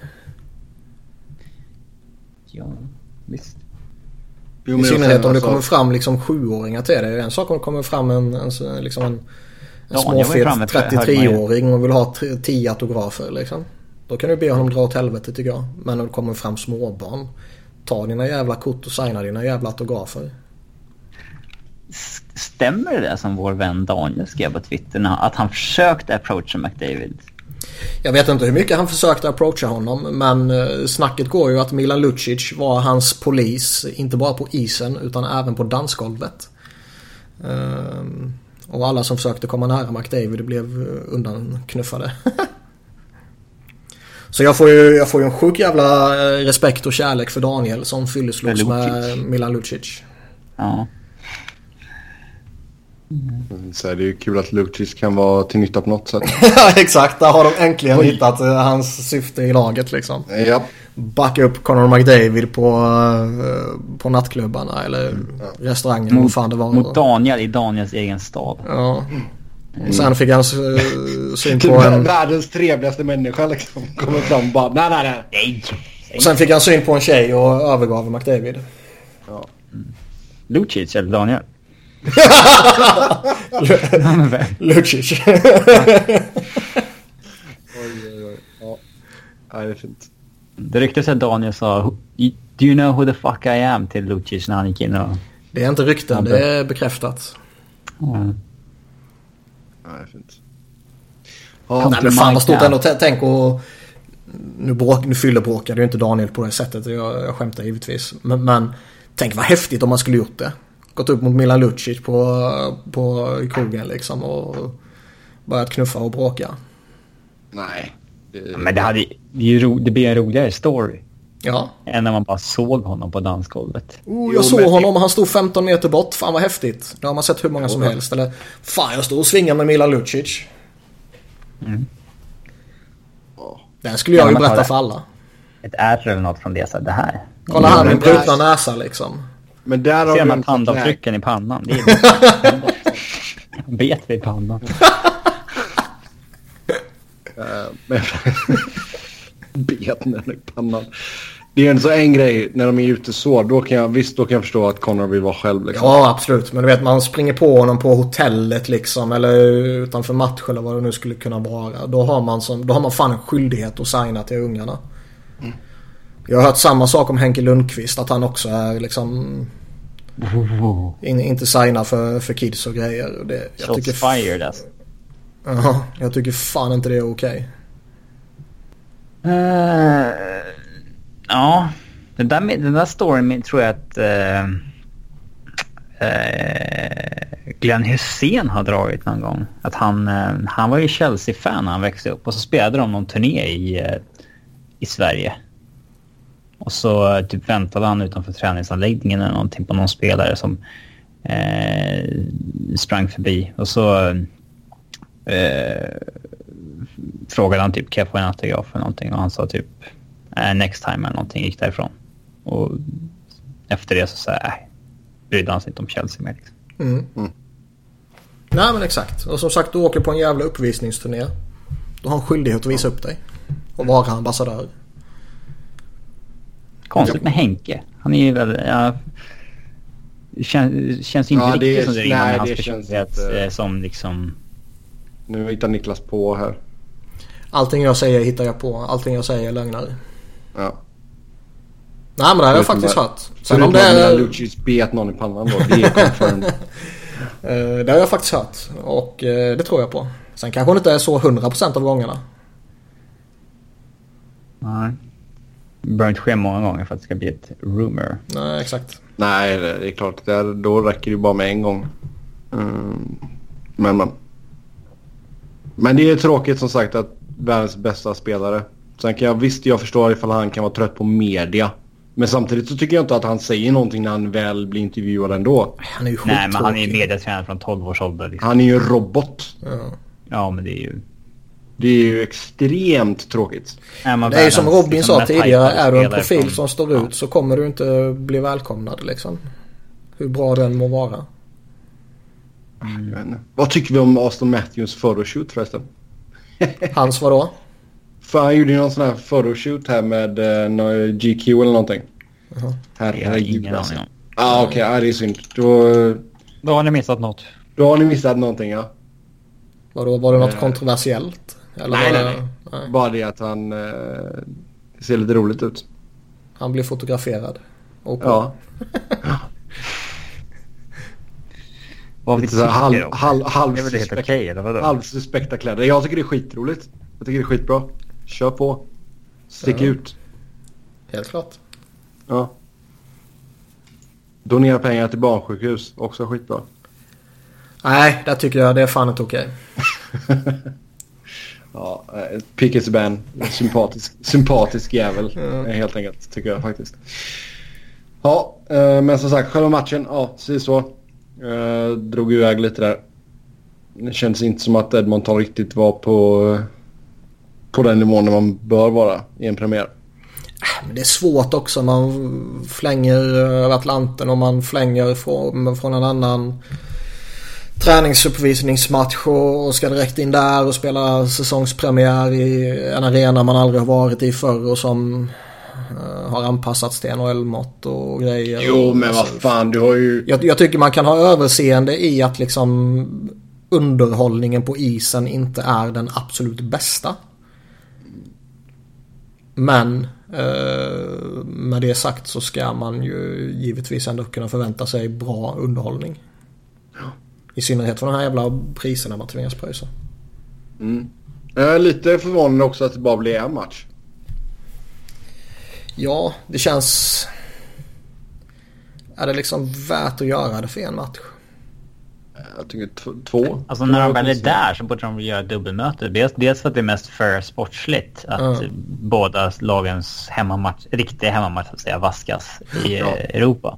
Ja, visst. I synnerhet om det kommer fram liksom 7-åringar till det. En sak om det kommer fram en småfet 33-åring och vill ha 10 autografer liksom. Då kan du be honom dra åt helvete, tycker jag. Men när det kommer fram småbarn, ta dina jävla kort och signa dina jävla autografer. Stämmer det som vår vän Daniel skrev på Twitter, att han försökte approacha McDavid? Jag vet inte hur mycket han försökte approacha honom, men snacket går ju att Milan Lucic var hans polis, inte bara på isen utan även på dansgolvet. Och alla som försökte komma nära McDavid blev undanknuffade. Så jag får ju en sjuk jävla respekt och kärlek för Daniel som fylleslogs med Milan Lucic. Ja. Så är det ju kul att Lucic kan vara till nytta på något sätt. Ja, exakt. Där har de äntligen hittat hans syfte i laget liksom. Ja. Backa upp Connor McDavid på nattklubbarna eller restaurangen. Mot Daniel i Daniels egen stad. Ja. Sen fick han syn på världens trevligaste människa liksom. Kommer fram bara, nej. Och sen fick han syn på en tjej och övergav McDavid. Ja. Lucic eller Daniel? Lucic. Oj. Ja. Nej, det är fint. Det ryktes att Daniel sa, do you know who the fuck I am till Lucic när han gick in och... Det är inte rykten, det är bekräftat. Mm. Ja, det är fint. Nej, men fan vad stort ändå. Tänk och... Nu fyllebråkade ju inte Daniel på det sättet. Jag skämtar givetvis. Men tänk vad häftigt om man skulle gjort det. Gått upp mot Milan Lucic på krogen liksom och börjat knuffa och bråka. Nej. Men det blir en roligare story. Ja. Än när man bara såg honom på dansgolvet. Jag såg honom och han stod 15 meter bort. Fan vad häftigt. Det har man sett hur många som helst. Eller fan, jag stod och svingade med Milan Lucic. Mm. Den skulle jag ju berätta för alla. Ett ärr eller något från det, så det här. Kolla här, min brutna näsa liksom. Men där har ser man tandavtrycken i pannan. Det är bet vid pannan. Beten i pannan. Det är en så en grej när de är ute så. Då kan jag förstå att Connor vill vara själv liksom. Ja, absolut. Men du vet, man springer på honom på hotellet liksom, eller utanför match eller vad det nu skulle kunna vara. Då har man fan en skyldighet att signa till ungarna. Mm. Jag har hört samma sak om Henke Lundqvist, att han också är liksom inte signa för kids och grejer. Jag tycker fired alltså. Ja, jag tycker fan inte det är okej. Ja, den där storyn tror jag att Glenn Hussein har dragit någon gång. Att han var ju Chelsea-fan när han växte upp. Och så spelade de någon turné i Sverige. Och så typ väntade han utanför träningsanläggningen eller någonting på någon spelare som sprang förbi. Och så frågade han typ, kan jag få en autograf eller någonting? Och han sa typ next time eller någonting, gick därifrån. Och efter det så sa jag brydde han sig inte om Chelsea mer liksom. Nej men exakt. Och som sagt, du åker på en jävla uppvisningsturné. Du har en skyldighet att visa upp dig och vara ambassadör. Konstigt med Henke. Han är ju väl känns inte riktigt som det innan hans personlighet som liksom Nu hittar Niklas på här. Allting jag säger hittar jag på. Allting jag säger är lögnare. Ja. Nej, men det har jag faktiskt hört. Sen om det är... Lucius bet någon i pannan då. Det är confirmed. Det har jag faktiskt hört. Och det tror jag på. Sen kanske det inte är så 100% av gångerna. Nej. Det behöver inte ske många gånger för att det ska bli ett rumor. Nej, exakt. Nej, det är klart. Då räcker det bara med en gång. Men det är tråkigt som sagt att världens bästa spelare. Sen kan jag förstår ifall han kan vara trött på media. Men samtidigt så tycker jag inte att han säger någonting när han väl blir intervjuad ändå. Han är ju Nej, men han är ju mediatränad från 12 års ålder. Liksom. Han är ju en robot. Ja, men det är ju... Det är ju extremt tråkigt. Det är ju som Robin sa tidigare. Är du en profil som står ut så kommer du inte bli välkomnad liksom. Hur bra den må vara. Vad tycker vi om Aston Matthews photoshoot förresten? Hans vadå? För han gjorde ju någon sån här photoshoot här med GQ eller någonting. Herregud. Okej, det är synd. Då har ni missat något. Då har ni missat någonting, ja. Vadå, var det något kontroversiellt? Eller nej. Bara det att han ser lite roligt ut. Han blir fotograferad. Ja. Vad lite så halvsuspekta kläder. Jag tycker det är skitroligt. Jag tycker det är skitbra. Kör på. Stick ut. Helt klart. Ja. Donera pengar till barnsjukhus. Också skitbra. Nej, där tycker jag det är fan inte okej. Ja, Pickets band. Sympatisk jävel. Helt enkelt, tycker jag faktiskt. Ja, men som sagt, själva matchen. Ja, så. Drog iväg lite där. Det känns inte som att Edmonton riktigt var på den nivån där man bör vara i en premiär. Men det är svårt också. Man flänger över Atlanten och man flänger från en annan träningsuppvisningsmatch och ska direkt in där och spela säsongspremiär i en arena man aldrig har varit i förr och som har anpassats till NHL-mått och grejer. Jo, men vad fan, du har ju... Jag tycker man kan ha överseende i att liksom underhållningen på isen inte är den absolut bästa. Men med det sagt så ska man ju givetvis ändå kunna förvänta sig bra underhållning. I synnerhet för de här jävla priserna man tvingas pröjsa. Jag är lite förvånad också att det bara blir en match. Ja, det känns... Är det liksom värt att göra det för en match? Jag tycker två. Alltså när de väl är där så borde de göra dubbelmöte. Dels för att det är mest för sportsligt att båda lagens riktiga hemmamatch så att säga, vaskas i Europa.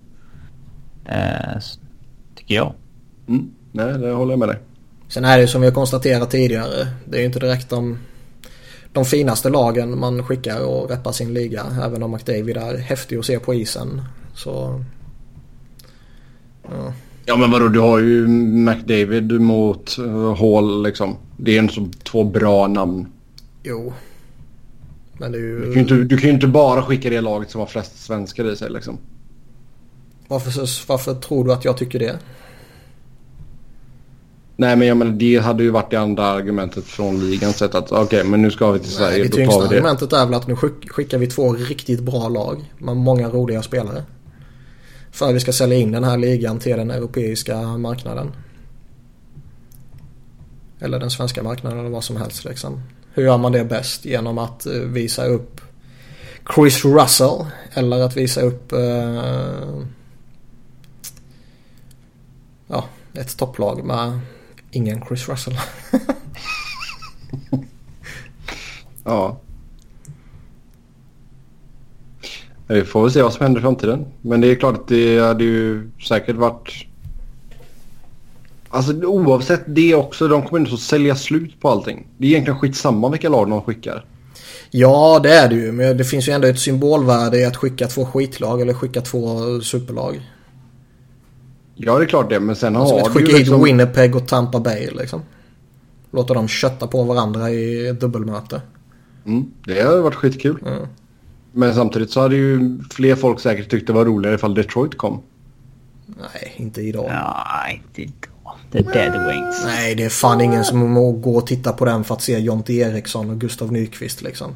Tycker jag. Nej, det håller jag med dig. Sen är det som vi har konstaterat tidigare. Det är ju inte direkt de finaste lagen man skickar och reppar sin liga. Även om McDavid är häftig att se på isen. Så... Ja, men vadå, du har ju McDavid mot Hall liksom. Det är en så två bra namn. Jo. Men det är ju... Du kan ju inte bara skicka det laget som har flest svenskar i sig liksom. Varför tror du att jag tycker det? Nej, men jag menar, det hade ju varit det andra argumentet från ligan sett att okej, men nu ska vi till Sverige. Det tyngsta argumentet är väl att nu skickar vi två riktigt bra lag med många roliga spelare. För att vi ska sälja in den här ligan till den europeiska marknaden. Eller den svenska marknaden eller vad som helst liksom. Hur gör man det bäst? Genom att visa upp Chris Russell eller att visa upp ett topplag med ingen Chris Russell. Ja. Vi får väl se vad som händer i framtiden. Men det är klart att det hade ju säkert varit... Alltså oavsett det också, de kommer inte att sälja slut på allting. Det är egentligen skitsamma vilka lag de skickar. Ja, det är det ju. Men det finns ju ändå ett symbolvärde i att skicka två skitlag eller skicka två superlag. Ja, det är klart det. Men sen har du skicka hit Winnipeg och Tampa Bay liksom. Låta dem kötta på varandra i ett dubbelmöte. Det hade varit skitkul. Men samtidigt så hade ju fler folk säkert tyckt det var roligare ifall Detroit kom. Nej, inte idag. Ja, inte idag. The Dead Wings. Nej, det är fan ingen som må gå och titta på den för att se Jonte Eriksson och Gustav Nyqvist liksom.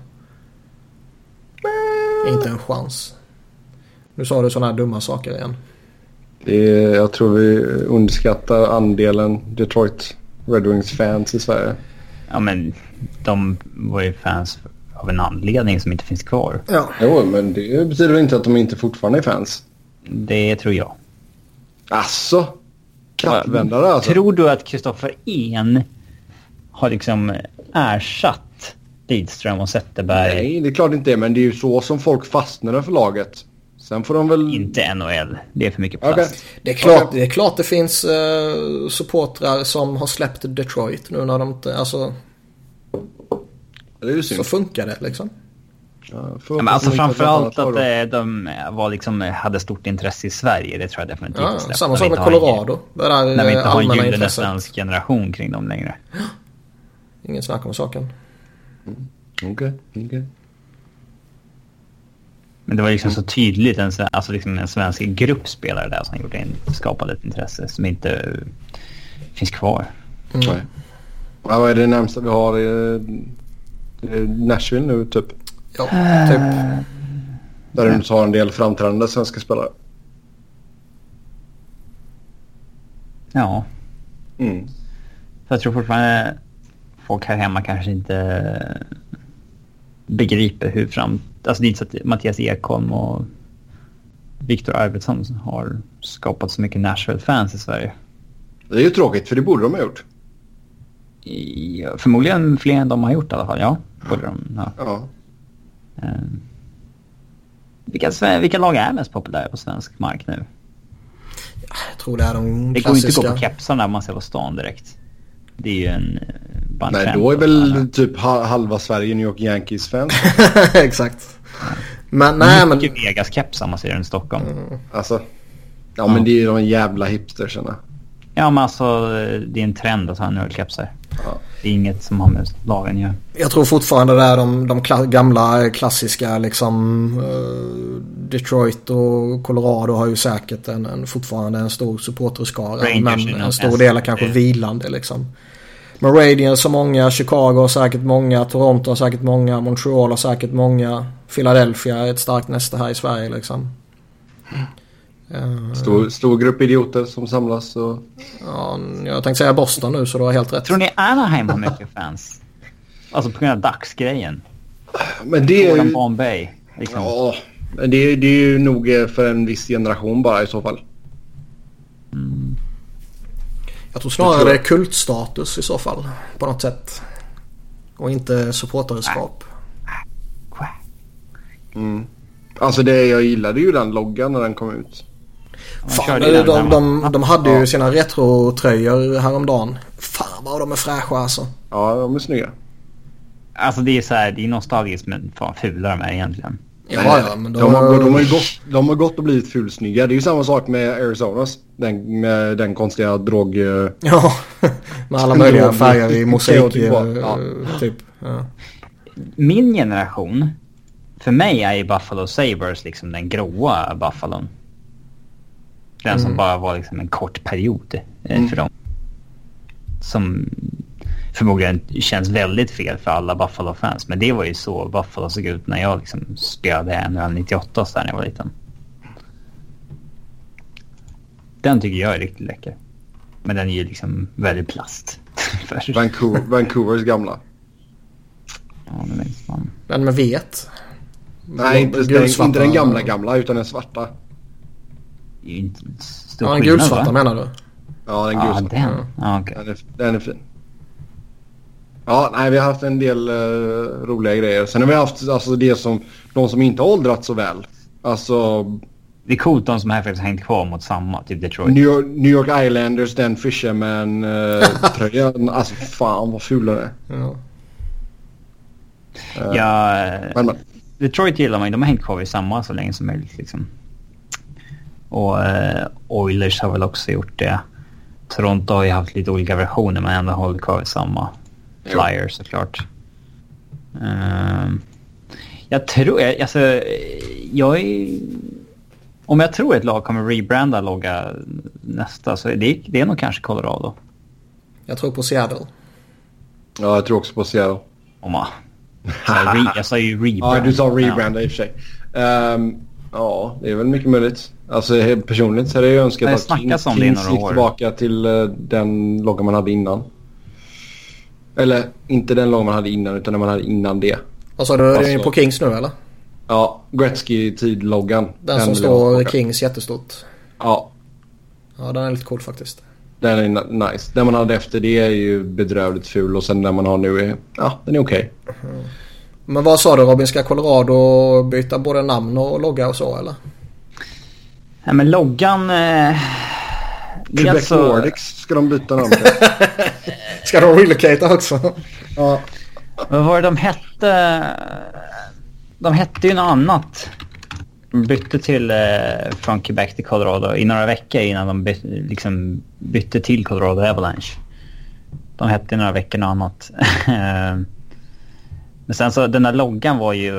Inte en chans. Nu sa du sådana här dumma saker igen. Jag tror vi underskattar andelen Detroit Red Wings-fans i Sverige. Ja, men de var ju fans av en anledning som inte finns kvar. Ja. Jo, men det betyder inte att de inte fortfarande är fans. Det tror jag. Asså? Kappvändare alltså? Tror du att Kristoffer En har liksom ersatt Lidström och Zetterberg? Nej, det är klart inte det, men det är ju så som folk fastnar för laget. Sen får de väl... Inte NHL. Det är för mycket plats. Okay. Det är klart det finns supportrar som har släppt Detroit nu när de inte... Alltså, det är ju synd. så funkar det liksom. Ja, men alltså framförallt att de var liksom, hade stort intresse i Sverige. Det tror jag definitivt. Ja, samma sak med Colorado. När vi inte har en gyllene svensk generation kring dem längre. Ingen snack om saken. Okej. Men det var liksom så tydligt alltså liksom en svensk gruppspelare där som skapade ett intresse som inte finns kvar. Nej. Ja, vad är det närmsta vi har? Nashville nu typ? Ja, typ. Där du tar en del framträdande svenska spelare. Ja. Så jag tror fortfarande folk här hemma kanske inte begriper hur alltså det är inte så att Mattias Ekholm och Viktor Arvidsson har skapat så mycket Nashville-fans i Sverige. Det är ju tråkigt, för det borde de ha gjort. Ja, förmodligen fler än de har gjort i alla fall, ja. Borde de, ja. Vilka lag är mest populära på svensk mark nu? Jag tror det är de det klassiska. går inte att gå på kepsarna när man ser på stan direkt. Det är ju en... Nej, då är väl typ halva Sverige New York Yankees-fans. Exakt. Men nej, men... Mycket Vegas-kepsar man ser den i Stockholm. Alltså... Ja, men det är ju de jävla hipsterserna. Ja, men alltså det är en trend att ha New York-kepsar. Ja. Det är inget som har med lagen att göra. Jag tror fortfarande det är de gamla klassiska liksom Detroit och Colorado har ju säkert fortfarande en stor supporterskara. Men en stor del är kanske vilande liksom. Men Radiants har många, Chicago har säkert många, Toronto har säkert många, Montreal har säkert många, Philadelphia är ett starkt nästa här i Sverige liksom. Stor grupp idioter som samlas och... Ja, jag tänkte säga Boston nu, så du har helt rätt. Tror ni Anaheim har mycket fans? Alltså på grund av dagsgrejen. Men det är ju... Bombay, liksom. Ja, men det är ju nog för en viss generation bara i så fall. Jag tror snarare det är kultstatus i så fall, på något sätt. Och inte supporterskap. Alltså jag gillade ju den loggan när den kom ut. Fan, de hade ju sina retro-tröjor häromdagen. Fan vad de är fräscha alltså. Ja, de är snygga. Alltså det är så här, det är nostalgiskt, men fan fula de är egentligen. Ja, men de har gått och blivit fulsnygga. Det är ju samma sak med Arizonas. Med den konstiga drog... Ja, med alla möjliga färger i mosaik typ. Ja. Min generation, för mig är ju Buffalo Sabres liksom den gråa Buffalon. Den som bara var liksom en kort period för dem. Som förmodligen känns väldigt fel för alla Buffalo-fans. Men det var ju så Buffalo såg ut när jag liksom spelade NHL 98 så när jag var liten. Den tycker jag är riktigt läcker. Men den är ju liksom väldigt plast. Vancouvers gamla. Ja, det längst man. Men med vet. Nej, inte den gamla utan den svarta. Det är ju inte stor den gulsvarta menar du? Ja, den gulsvarta. Ja, okay. Den är fin. Ja, nej, vi har haft en del roliga grejer. Sen har vi haft alltså de som inte har åldrats så väl. Alltså... Det är coolt de som här faktiskt hängt kvar mot samma, typ Detroit. New York Islanders, den Fisherman tröjan. Alltså fan vad fula det är. Ja, Detroit gillar man ju. De har hängt kvar i samma så länge som möjligt liksom. Och Oilers har väl också gjort det. Toronto har ju haft lite olika versioner men ändå hållit kvar i samma. Flyers såklart. Jag tror om jag tror ett lag kommer rebranda logga nästa. Så det är nog kanske Colorado. Jag tror på Seattle. Ja, jag tror också på Seattle. Jag sa ju rebrand. Ja, du sa rebrand i och för sig. Ja, det är väl mycket möjligt. Alltså personligt så hade jag önskat att Kings gick tillbaka till den loggan man hade innan. Eller inte den loggan man hade innan, utan den man hade innan det. Alltså du är på Kings nu eller? Ja, Gretzky-tid-loggan. Den som står Kings jättestort. Ja. Ja, den är lite cool faktiskt. Den är nice. Den man hade efter det är ju bedrövligt ful och sen den man har nu är, ja, den är okej. Mm. Men vad sa du Robin, ska Colorado byta både namn och logga och så eller? Ja, men loggan... Quebec alltså... Nordics ska de byta namn till. Ska de relocata också? Ja. Vad var det de hette? De hette ju något annat. De bytte till från Quebec till Colorado i några veckor innan de bytte till Colorado Avalanche. De hette i några veckor något annat. Men sen så den där loggan var ju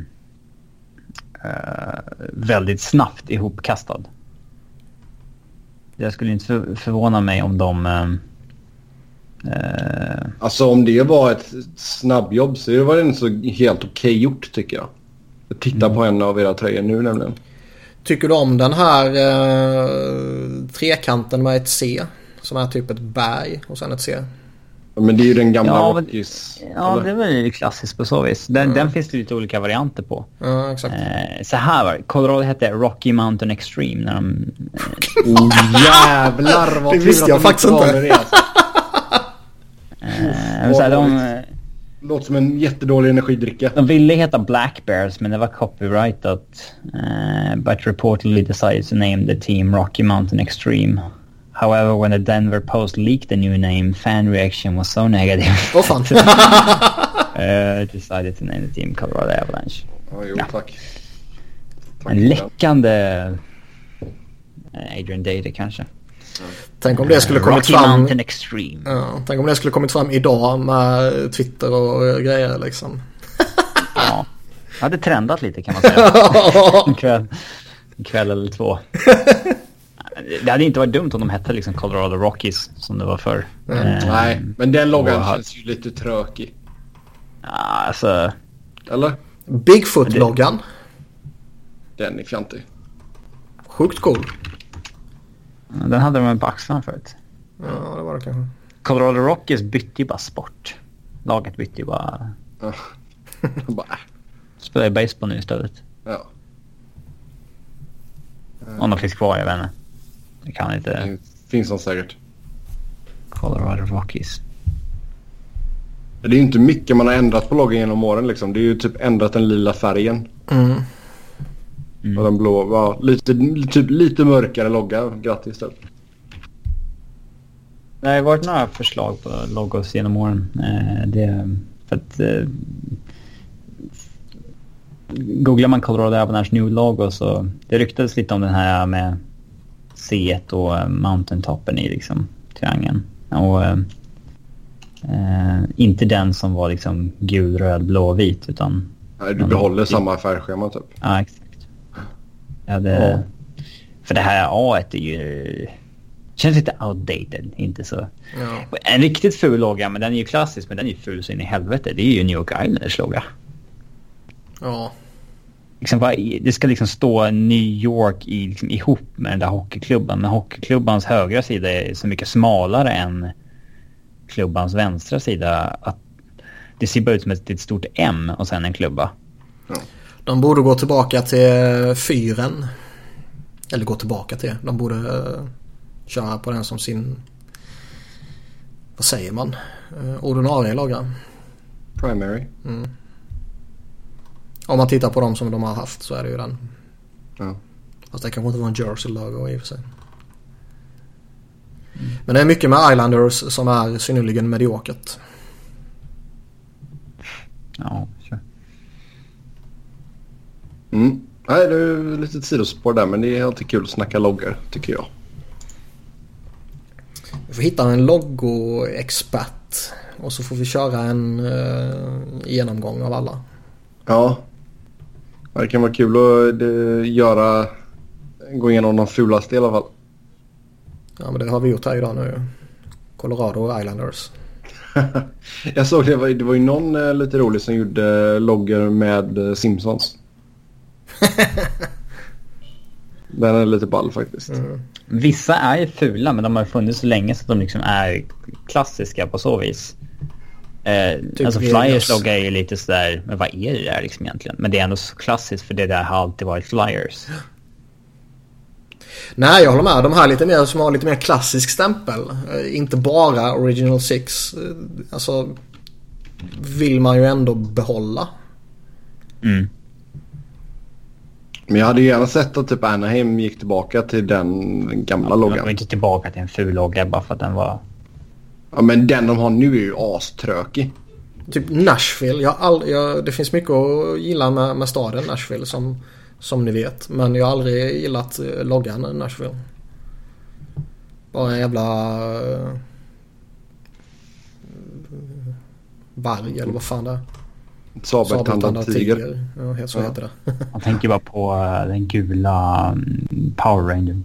väldigt snabbt ihopkastad. Jag skulle inte förvåna mig om de... Alltså om det var ett snabbjobb så var det inte så helt okej gjort tycker jag. Jag tittar på en av era tröjor nu nämligen. Tycker du om den här trekanten med ett C som är typ ett berg och sen ett C? Ja, men det är ju den gamla Rockies. Ja, det är väl klassiskt på så vis. Den finns det lite olika varianter på. Ja, exakt. Så här var det. Colorado hette Rocky Mountain Extreme när de... jävlar vad det visste jag faktiskt inte. Låter som en jättedålig energidricka. De ville heta Black Bears men det var copyrightat. But reportedly decided to name the team Rocky Mountain Extreme. However, when the Denver Post leaked the new name, fan reaction was so negative. Fan. Decided to name the team Colorado Avalanche. Jo, tack. En läckande Adrian Data kanske. Tänk om det skulle kommit Rocky Mountain Extreme. Ja, tänk om det skulle kommit fram idag med Twitter och grejer liksom. Ja, det hade trendat lite kan man säga. en kväll eller två. Det hade inte varit dumt om de hette liksom Colorado Rockies som det var förr. Nej, men den loggan känns ju lite trökig. Ja, alltså... Eller? Bigfoot-loggan. Den är fjantig. Sjukt cool. Den hade de på axlarna förut. Ja, det var det kanske. Colorado Rockies bytte ju bara sport. Laget bytte ju bara... Spelar baseball nu istället. Ja. Om de finns kvar, jag vet inte. Det kan inte... Det finns de säkert. Colorado Rockies. Det är ju inte mycket man har ändrat på loggen genom åren liksom. Det är ju typ ändrat den lila färgen. Och den blå var lite mörkare logga. Grattis då. Det har varit några förslag på logos genom åren. För att googlar man Colorado Avalanche New Logo så det ryktades lite om den här med C1 och mountaintoppen i liksom triangeln. Och inte den som var liksom gul, röd, blå, vit utan... Nej, du behåller samma färgschema typ. Ja, exakt. För det här A1 är ju... Känns lite outdated, inte så... Ja. En riktigt ful logga, men den är ju klassisk, men den är ju ful så in i helvete. Det är ju New York Islanders logga. Ja. Liksom, det ska liksom stå New York ihop med den där hockeyklubban. Men hockeyklubbans högra sida är så mycket smalare än klubbans vänstra sida att det ser bara ut som ett stort M och sen en klubba. Ja. De borde gå tillbaka till fyren. Eller gå tillbaka till. De borde köra på den som sin... Vad säger man? Ordinarie logga. Primary. Om man tittar på dem som de har haft så är det ju den. Ja. Fast det kanske inte var en Jersey-logo i och för sig. Men det är mycket med Islanders som är synnerligen mediokert. Ja, sure. Nej, det är lite sidospår där, men det är alltid kul att snacka loggar, tycker jag. Vi får hitta en logo-expert och så får vi köra en genomgång av alla. Ja, det kan vara kul att gå igenom de fulaste i alla fall. Ja, men det har vi gjort här idag nu. Colorado Islanders. Jag såg det var ju någon lite rolig som gjorde loggar med Simpsons. Den är lite ball faktiskt. Vissa är ju fula, men de har funnits så länge så att de liksom är klassiska på så vis. Typ alltså Flyers logga är ju lite sådär, men vad är det där liksom egentligen? Men det är ändå så klassiskt, för det där har alltid varit Flyers. Nej, jag håller med. De här lite mer som har lite mer klassisk stämpel. Inte bara Original Six. Alltså vill man ju ändå behålla. Mm. Men jag hade ju gärna sett att typ Anaheim gick tillbaka till den gamla loggan. Jag var inte tillbaka till en ful logga bara för att den var... Ja, men den de har nu är ju aströkig. Typ Nashville. Det finns mycket att gilla med staden Nashville som ni vet. Men jag har aldrig gillat loggan Nashville. Bara en jävla varg eller vad fan det är. Sabeltandad tiger. Ja, helt så heter det. Man tänker bara på den gula Power Ranger.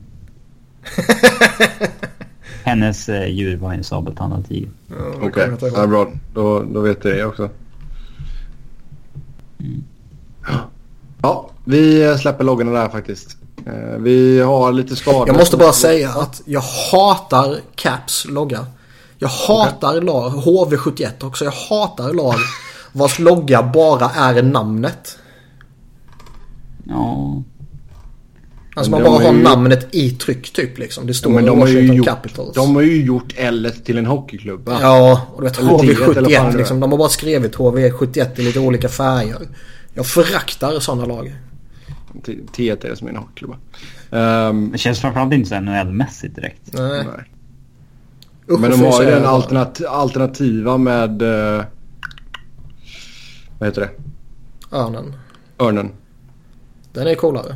Hennes djur var en sabeltandad tiger. Okej, det är bra. Då vet jag det också. Mm. Ja, vi släpper loggarna där faktiskt. Vi har lite skador. Jag måste bara säga att jag hatar Caps logga. Jag hatar lag HV71 också. Jag hatar lag vars logga bara är namnet. Ja. Alltså man bara har namnet i tryck typ liksom. Det står Washington Capitals. De har ju gjort L till en hockeyklubb. Va? Ja, och du vet HV71 liksom. De har bara skrivit HV71 i lite olika färger. Jag föraktar sådana lag. T1 är som en hockeyklubb. Det känns framförallt inte så NHL-mässigt direkt. Nej. Men de har ju den alternativa med vad heter det? Örnen. Den är coolare.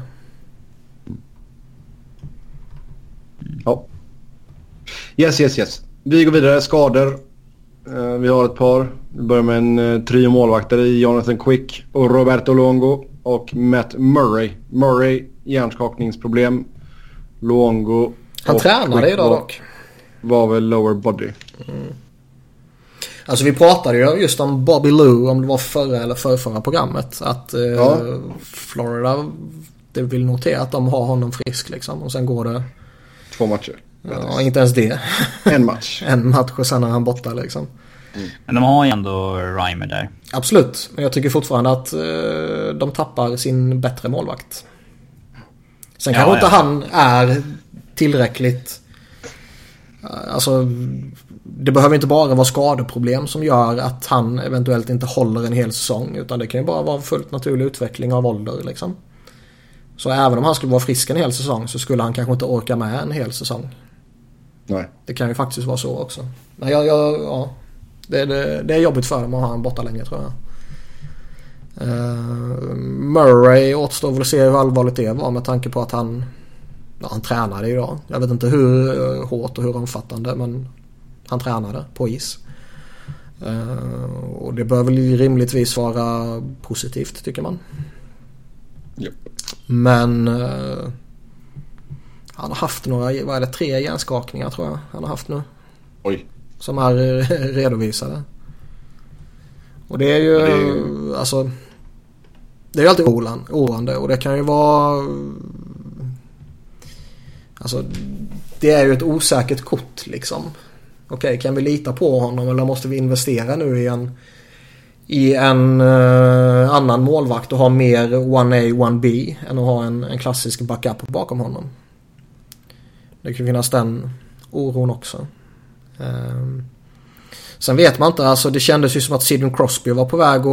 Ja. Yes. Vi går vidare. Skador. Vi har ett par. Vi börjar med en trio målvakter i Jonathan Quick och Roberto Luongo och Matt Murray. Murray hjärnskakningsproblem. Luongo. Han tränade idag dock. Var väl lower body. Alltså vi pratade ju just om Bobby Lou, om det var förra eller förra programmet, att Florida, det vill notera att de har honom frisk liksom, och sen går det 2 matcher. Ja, inte ens det. En match. En match och sen är han borta liksom. Men de har ju ändå Reimer där. Absolut, men jag tycker fortfarande att de tappar sin bättre målvakt. Sen kanske inte han är tillräckligt. Alltså det behöver inte bara vara skadeproblem som gör att han eventuellt inte håller en hel säsong, utan det kan ju bara vara fullt naturlig utveckling av ålder liksom. Så även om han skulle vara frisk en hel säsong så skulle han kanske inte orka med en hel säsong. Nej. Det kan ju faktiskt vara så också. Men det är jobbigt för dem att ha han borta länge, tror jag. Murray återstår väl att se hur allvarligt det var, med tanke på att han tränade idag. Jag vet inte hur hårt och hur omfattande, men han tränade på is. Och det bör väl rimligtvis vara positivt, tycker man. Yep. Men han har haft några, 3 hjärnskakningar tror jag han har haft nu. Oj. Som är redovisade. Och det är ju alltså, det är ju alltid oroande, och det kan ju vara, alltså det är ju ett osäkert kort liksom. Okej, kan vi lita på honom, eller måste vi investera nu i en annan målvakt och ha mer 1A, 1B än att ha en klassisk backup bakom honom? Det kan finnas den oron också. Sen vet man inte, alltså det kändes ju som att Sidney Crosby var på väg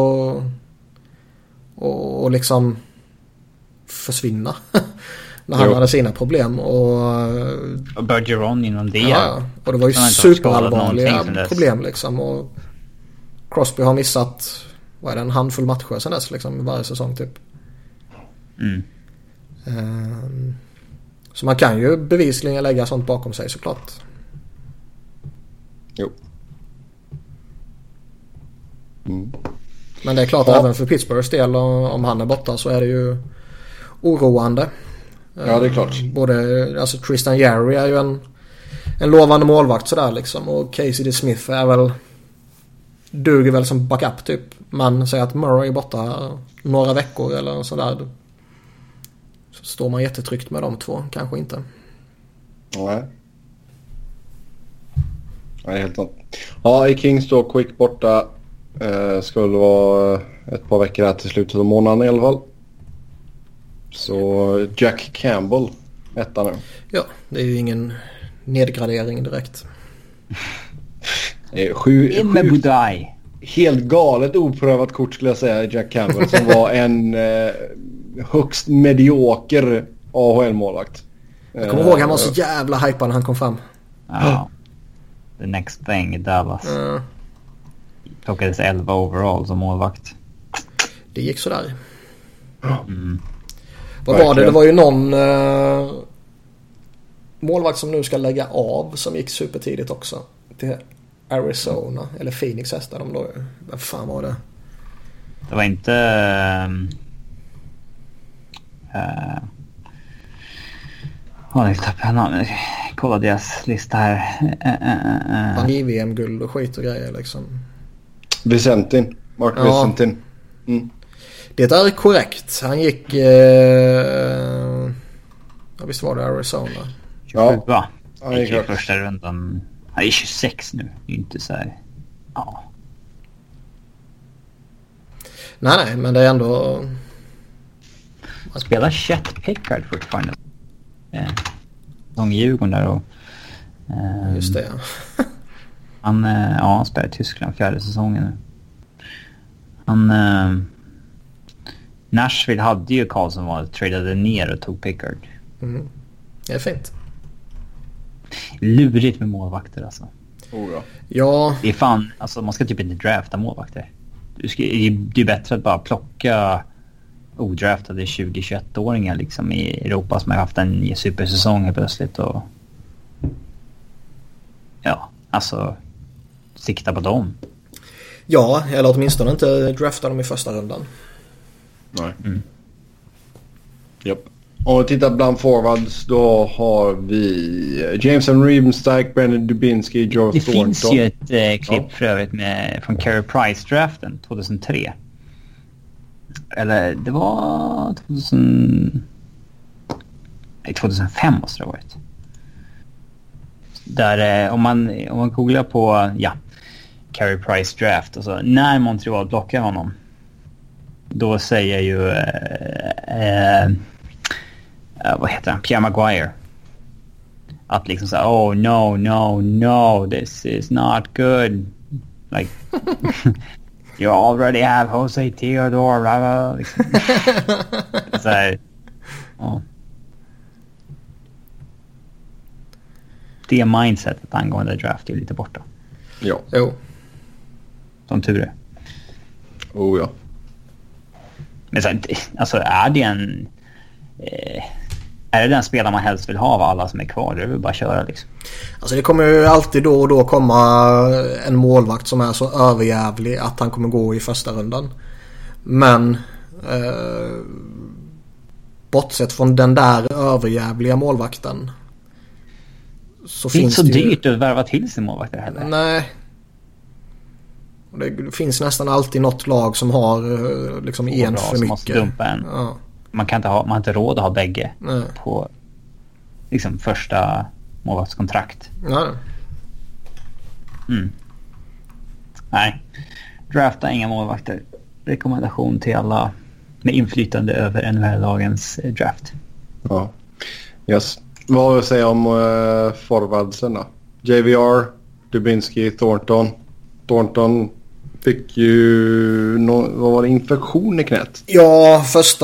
och liksom försvinna när han hade sina problem, och Bergeron inom det. Ja, och det var ju superallvarliga problem liksom, och Crosby har missat en handfull matcher sedan dess liksom, varje säsong typ. Så man kan ju bevisligen lägga sånt bakom sig, såklart. Jo. Men det är klart, även för Pittsburghs del, om han är borta, så är det ju oroande. Ja, det är klart. Både, alltså Tristan Jarry är ju en lovande målvakt sådär liksom. Och Casey DeSmith duger väl som backup typ. Men säger att Murray är borta några veckor eller sådär. Så står man jättetryggt med de två. Kanske inte. Nej. Nej, helt sant. Ja, i Kings då, Quick borta. Skulle vara ett par veckor här till slutet av månaden i alla fall. Så Jack Campbell, etta nu. Ja, det är ju ingen nedgradering direkt. Helt galet oprövat kort skulle jag säga, Jack Campbell, som var en högst medioker AHL-målvakt. Jag kommer ihåg han var så jävla hypad när han kom fram. Ja. The next thing i Dallas. Plockades 11 overall som målvakt. Det gick sådär. Mm. Vad var det? Det var ju någon målvakt som nu ska lägga av som gick supertidigt också. Till Arizona. Eller Phoenix hästar de då. Vad fan var det? Det var inte... kolla deras lista här. Han ger VM-guld och skit och grejer liksom. Mark Vicentin. Mm. Det är korrekt. Han gick... visst var det Arizona? 27, va? Han gick i första rundan. Han är 26 nu. Det är inte så här... Ja. Nej, men det är ändå... Han spelar Chet Pickard fortfarande. Djurgården där och... Just det, ja. Han spelar i Tyskland 4:e säsongen nu. Nashville hade ju Karlsson tradade ner och tog Pickard. Mm. Det är fint. Lurigt med målvakter alltså. Ja. Det är fan, alltså man ska typ inte drafta målvakter. Det är bättre att bara plocka odraftade 20-21-åringar liksom i Europa som har haft en supersäsong plötsligt och alltså sikta på dem. Ja, eller åtminstone inte drafta dem i första rundan. Nej. Japp. Om vi tittar bland forwards då har vi Jameson Rebenstijk, Brandon Dubinsky, Joe Thornton. Det finns ju ett klipp för övrigt från Carey Price-draften 2003. Eller det var 2005 måste det ha varit. Där om man googlar på Carey Price draft, alltså när Montreal blockar honom, då säger ju vad heter han? Pierre Maguire att liksom så oh no this is not good, like you already have Jose Theodore, blah, blah, liksom. Så här, det mindsetet angående draft är lite borta. Ja. Jo. Som tur är. Oh ja. Men så, alltså är det är det den spelare man helst vill ha av alla som är kvar? Det är väl bara att köra liksom. Alltså det kommer ju alltid då och då komma en målvakt som är så överjävlig att han kommer gå i första rundan. Men bortsett från den där överjävliga målvakten så det är finns inte så det dyrt att värva till sin målvakter heller. Nej. Det finns nästan alltid något lag som har liksom en för mycket. Måste dumpa en. Ja. Man har inte råd att ha bägge på liksom första målvaktskontrakt. Nej. Nej. Drafta inga målvakter. Rekommendation till alla med inflytande över NHL-lagens draft. Ja. Yes. Vad har jag att säga om forwardsen då? JVR, Dubinsky, Thornton. Thornton fick ju vad var det, infektion i knät? Ja,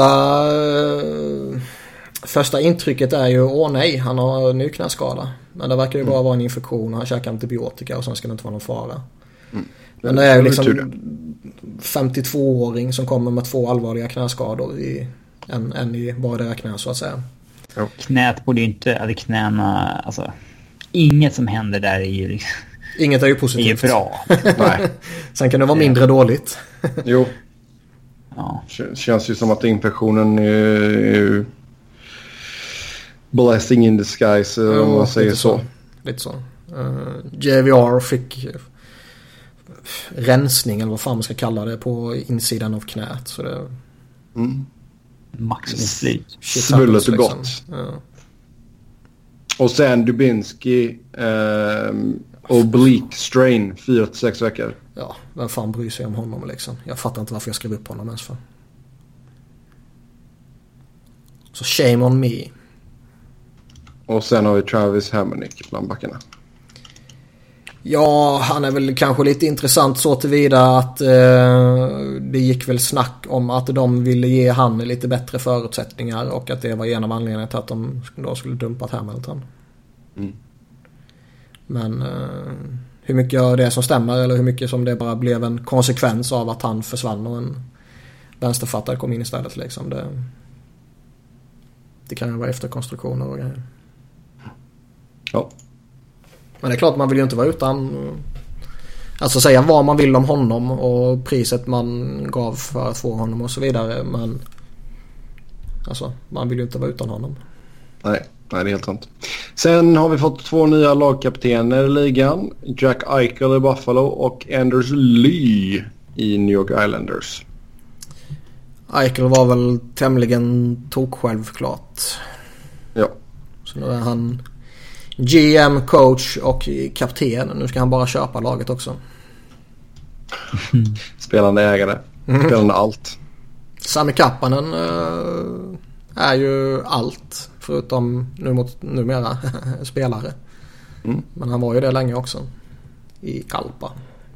första intrycket är ju nej, han har en ny knäskada. Men det verkar ju bara vara en infektion och han käkar antibiotika och sen ska det inte vara någon fara. Men det är ju liksom 52-åring som kommer med 2 allvarliga knäskador i en i vardera knä så att säga. Ja. Knät borde ju inte, eller knäna, alltså inget som händer där är ju liksom, inget är ju positivt. Det är bra. Nej. Sen kan det vara mindre dåligt. Jo. Ja. Känns ju som att infektionen är blessing in disguise om man säger så. lite så. JVR fick rensning eller vad fan man ska kalla det på insidan av knät. Så det... Maximum svullet och gott. Ja. Och sen Dubinsky oblique strain 4-6 veckor. Ja, vem fan bryr sig om honom liksom? Jag fattar inte varför jag skrev upp honom ens för. Så shame on me. Och sen har vi Travis Hamonic bland backarna. Ja, han är väl kanske lite intressant så tillvida att det gick väl snack om att de ville ge han lite bättre förutsättningar och att det var en av anledningarna till att de då skulle dumpat Hamilton. Men hur mycket av det som stämmer eller hur mycket som det bara blev en konsekvens av att han försvann och en vänsterfattare kom in istället liksom. Det kan ju vara efterkonstruktioner och grejer. Ja. Men det är klart man vill ju inte vara utan, alltså säga vad man vill om honom och priset man gav för att få honom och så vidare, men alltså man vill ju inte vara utan honom. Nej, det är helt sant. Sen har vi fått 2 nya lagkaptener i ligan. Jack Eichel i Buffalo och Anders Lee i New York Islanders. Eichel var väl tämligen självklart. Ja. Så nu är han GM, coach och kapten. Nu ska han bara köpa laget också. Spelande ägare. Spelande allt. Sami Kapanen är ju allt förutom numera spelare. Men han var ju det länge också i Kalpa.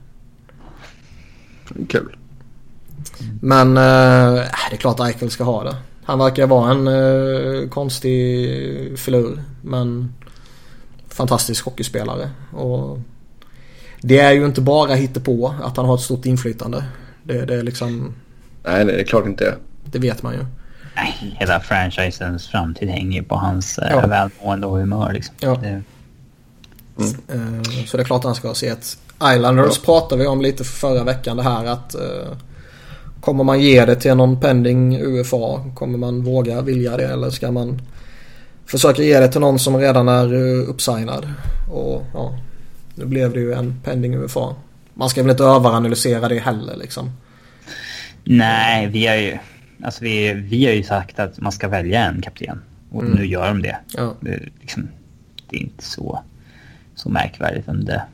Kul. Men det är klart att Eichel ska ha det. Han verkar vara en konstig filur, men fantastisk hockeyspelare. Och det är ju inte bara hittepå att han har ett stort inflytande. Det är liksom... Nej, det är klart inte. Det vet man ju. Nej, hela franchisens framtid hänger på hans välmående och humör liksom. Ja. Så det är klart att han ska se ett Islanders pratade vi om lite förra veckan det här att kommer man ge det till någon pending UFA? Kommer man vilja det? Eller ska man försöka ge det till någon som redan är uppsignad? Och ja, nu blev det ju en pending UFA. Man ska väl inte överanalysera det heller liksom. Nej, vi har ju sagt att man ska välja en kapten. Och nu gör de det. Ja. Det är inte så märkvärdigt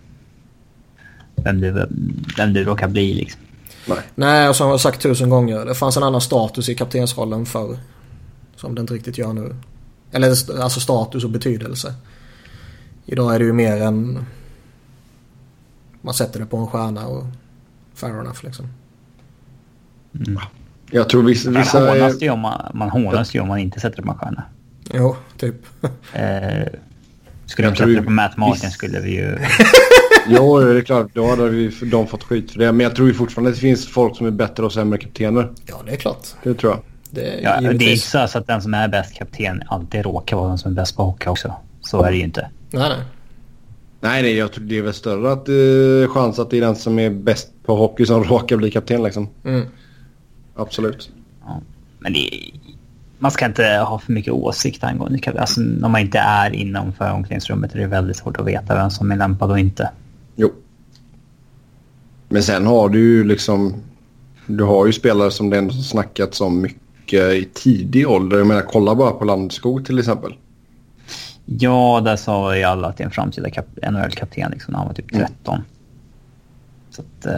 vem du råkar bli liksom. Nej, och som jag har sagt 1000 gånger, det fanns en annan status i kaptensrollen förr som det inte riktigt gör nu. Eller alltså status och betydelse. Idag är det ju mer än man sätter det på en stjärna och fair enough liksom. Jag tror vissa man hånas ju om man inte sätter det på en stjärna. Jo, typ. Skulle de sätta det på Matt Martin skulle vi ju... Jo, det är klart. Då hade de fått skit för det. Men jag tror ju fortfarande att det finns folk som är bättre och sämre kaptener. Ja, det är klart. Det tror jag. Det är inte så att den som är bäst kapten alltid råkar vara den som är bäst på hockey också. Så är det ju inte. Nej, jag tror det är väl större att chans att det är den som är bäst på hockey som råkar bli kapten liksom. Absolut. Ja, men man ska inte ha för mycket åsikt angående. Alltså, när man inte är innanför omklädningsrummet är det väldigt svårt att veta vem som är lämpad och inte. Jo. Men sen har du ju liksom... Du har ju spelare som det ändå snackats om mycket i tidig ålder. Jag menar, kolla bara på Landskog till exempel. Ja, där sa ju alla att det är en framtida NHL-kapten liksom, när han var typ 13. Så att...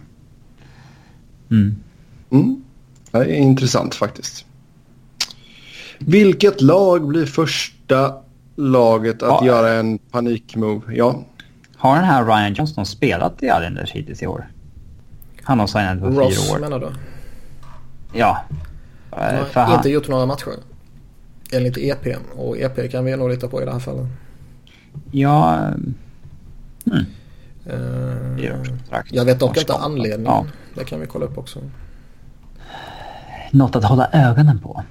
Det är intressant faktiskt. Vilket lag blir första laget att göra en panikmove? Ja. Har den här Ryan Johnston spelat i Islanders hittills i år? Han har signat på 4 år. Ross menar du? Ja. Han har inte gjort några matcher. Enligt EP. Och EP kan vi nog lita på i det här fallet. Ja. Jag vet dock inte anledningen. Ja. Det kan vi kolla upp också. Något att hålla ögonen på.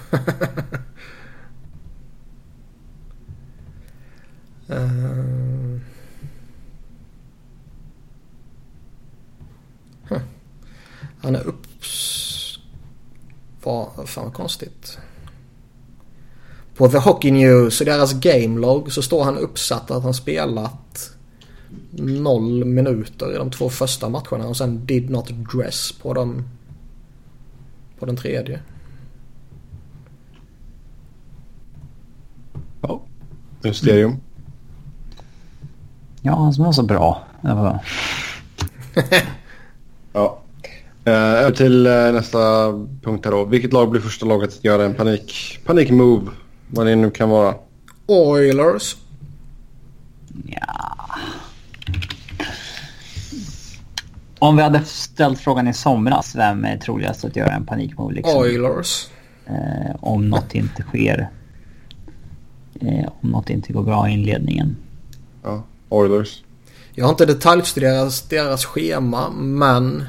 Han är fan vad konstigt. På The Hockey News i deras gamelog så står han uppsatt att han spelat 0 minuter i de 2 första matcherna och sen did not dress på den tredje. Ja, mysterium. Ja, han som var så bra. Ja. Över till nästa punkt här då. Vilket lag blir första laget att göra en panik move? Vad det nu kan vara. Oilers. Ja. Om vi hade ställt frågan i somras, vem är troligast att göra en panikmove liksom? Oilers. Om något inte sker. Om något inte går bra i inledningen. Ja, Oilers. Jag har inte detaljstuderat deras schema, men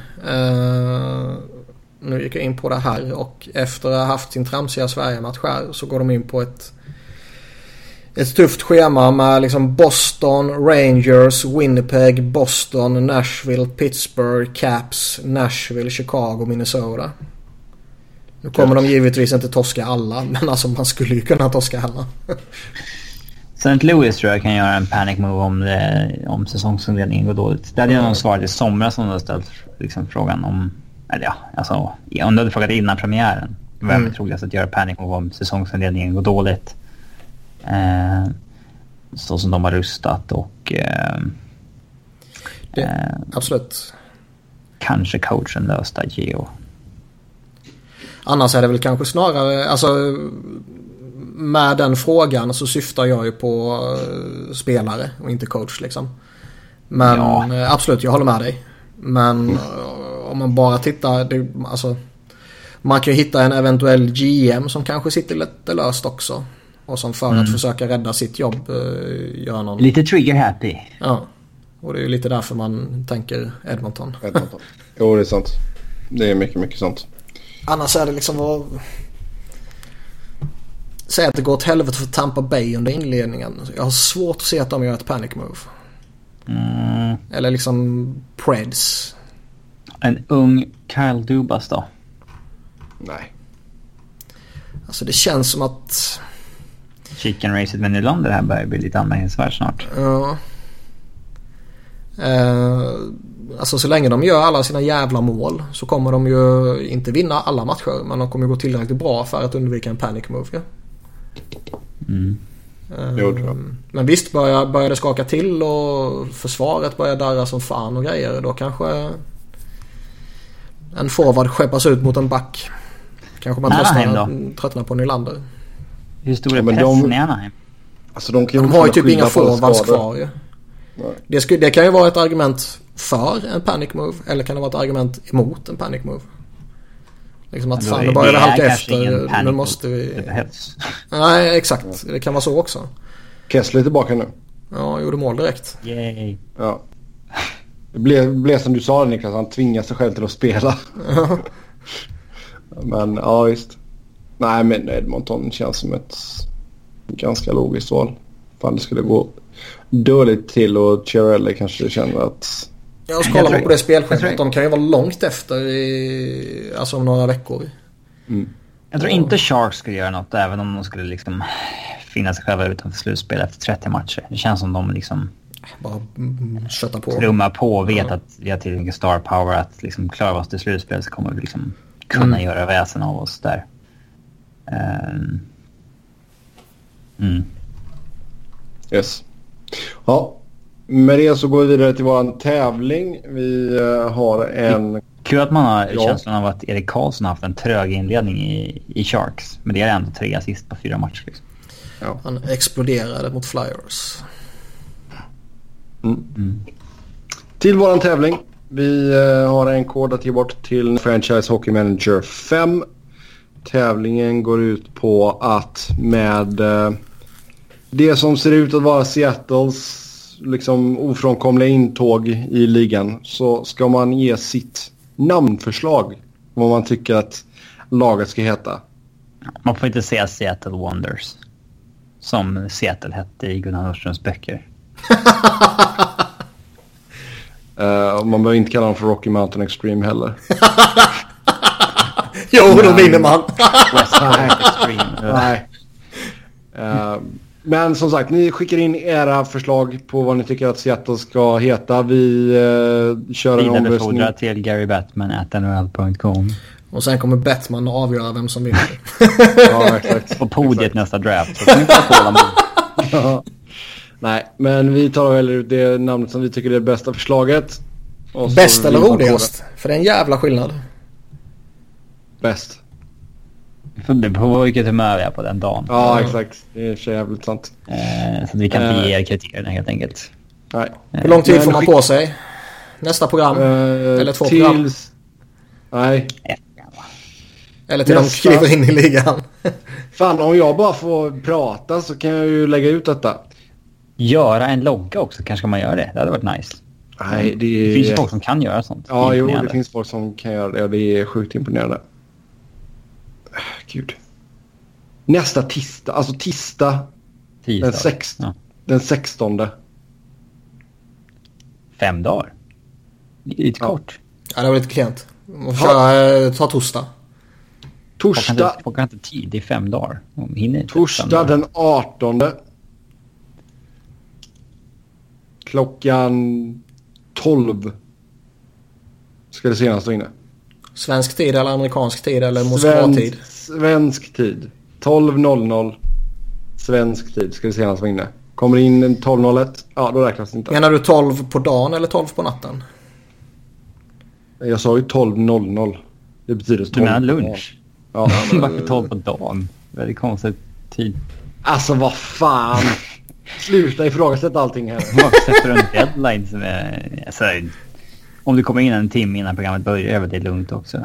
nu gick jag in på det här och efter att ha haft sin tramsiga Sverige-match här så går de in på ett tufft schema med liksom Boston, Rangers, Winnipeg, Boston, Nashville, Pittsburgh, Caps, Nashville, Chicago, Minnesota. Nu kommer de givetvis inte torska alla, men alltså man skulle ju kunna torska alla. St. Louis tror jag kan göra en panic move om säsongsinledningen går dåligt. Det hade jag nog svarat i somras om du hade ställt liksom frågan om, eller ja, alltså om du hade frågat innan premiären. Vem är troligast att göra panic move om säsongsinledningen går dåligt? Så som de har rustat och absolut. Kanske coachen lösta Geo. Annars är det väl kanske snarare, alltså med den frågan så syftar jag ju på spelare och inte coach liksom. Men absolut, jag håller med dig. Men om man bara tittar, alltså man kan ju hitta en eventuell GM som kanske sitter lite löst också. Och som för att försöka rädda sitt jobb gör någon... Lite trigger happy. Ja, och det är ju lite därför man tänker Edmonton. Jo, det är sant. Det är mycket, mycket sant. Annars är det liksom säga att det går åt helvete för Tampa Bay under inledningen. Jag har svårt att se att de gör ett panic move. Eller liksom Preds. En ung Kyle Dubas då? Nej. Alltså det känns som att Chicken racet med Nylander här börjar bli lite anmärkningsvärt snart. Ja. Alltså så länge de gör alla sina jävla mål så kommer de ju inte vinna alla matcher, men de kommer gå tillräckligt bra för att undvika en panic move. Ja? Men visst, börjar det skaka till och försvaret börjar darra som fan och grejer, då kanske en forward skeppas ut mot en back. Kanske man tröttnar på Nylander. Hur stor är pressen i Anaheim? Alltså de har ju typ inga forwards kvar ju. Det kan ju vara ett argument för en panic move, eller kan det vara ett argument emot en panic move? Liksom att fan, nu börjar det halka efter, nu måste vi... Det behövs. Nej, exakt. Det kan vara så också. Kessler är tillbaka nu. Ja, gjorde mål direkt. Yay. Ja. Det blev som du sa, Niklas, han tvingar sig själv till att spela. Men ja, visst. Nej, men Edmonton känns som ett ganska logiskt val. Fan, det skulle gå dåligt till och Chiarelli kanske känner att... Jag ska kolla på det spelschemat. De kan ju vara långt efter alltså om några veckor. Jag tror inte Sharks skulle göra något, även om de skulle liksom finna sig själva utanför slutspel efter 30 matcher. Det känns som de liksom bara kötta på. Trumma på och vet att vi har tillräckligt star power att liksom klara oss till slutspel, så kommer vi liksom kunna göra väsen av oss där. Yes. Ja, med det så går vi vidare till våran tävling. Vi har en... Kul att man har känslan av att Erik Karlsson har haft en trög inledning i Sharks. Men det är ändå 3 assist på 4 matcher. Liksom. Ja. Han exploderade mot Flyers. Till våran tävling. Vi har en kod att ge bort till Franchise Hockey Manager 5. Tävlingen går ut på att med det som ser ut att vara Seattles liksom ofrånkomliga intåg i ligan, så ska man ge sitt namnförslag vad man tycker att laget ska heta. Man får inte säga Seattle Wonders, som Seattle hette i Gunnar Nordströms böcker. Man behöver inte kalla dem för Rocky Mountain Extreme heller. Jo, då vinner man. West Coast Extreme. Nej. Men som sagt, ni skickar in era förslag på vad ni tycker att Seattle ska heta. Vi kör en omröstning. Befordra till GaryBatman@nhl.com. Och sen kommer Batman att avgöra vem som vinner. Ja, exakt. På podiet nästa draft. Så kan vi få ja. Nej, men vi tar väl ut det namnet som vi tycker är det bästa förslaget. Bäst eller roligast? För det är en jävla skillnad. Bäst. Det beror vilket humör vi är på den dagen. Ja, exakt. Det är så jävligt sant. Så att vi kan inte ge kriterierna helt enkelt. Nej. Hur lång tid får man på sig? Nästa program? Eller 2 program? Nej. Eller till de kliver in i ligan. Fan, om jag bara får prata så kan jag ju lägga ut detta. Göra en logga också, kanske man gör det. Det hade varit nice. Nej, det finns ju folk som kan göra sånt. Ja, jo, det finns folk som kan göra det och det är sjukt imponerande. Gud. Nästa tisdag, alltså tisdag. Den 16. 5 dagar. Det är lite kort. Ja, det var lite klent. Ta torsdag. Torsdag. Folk har inte tid, det är 5 dagar. Torsdag den 18. Klockan 12. Ska det senast stå inne. Svensk tid eller amerikansk tid eller Moskva-tid? Svensk tid. 12.00. Svensk tid ska det senast vara inne. Kommer in 12.01. Ja, då räknas det inte. Menar du 12 på dagen eller 12 på natten? Jag sa ju 12.00. Det betyder 12. Du menar lunch? Ja. Varför 12 på dagen? Väldigt konstig tid. Alltså vad fan. Sluta ifrågasätta allting här. Varför sätter du en deadline som är... Alltså, om du kommer in en timme innan programmet börjar, är det lugnt också.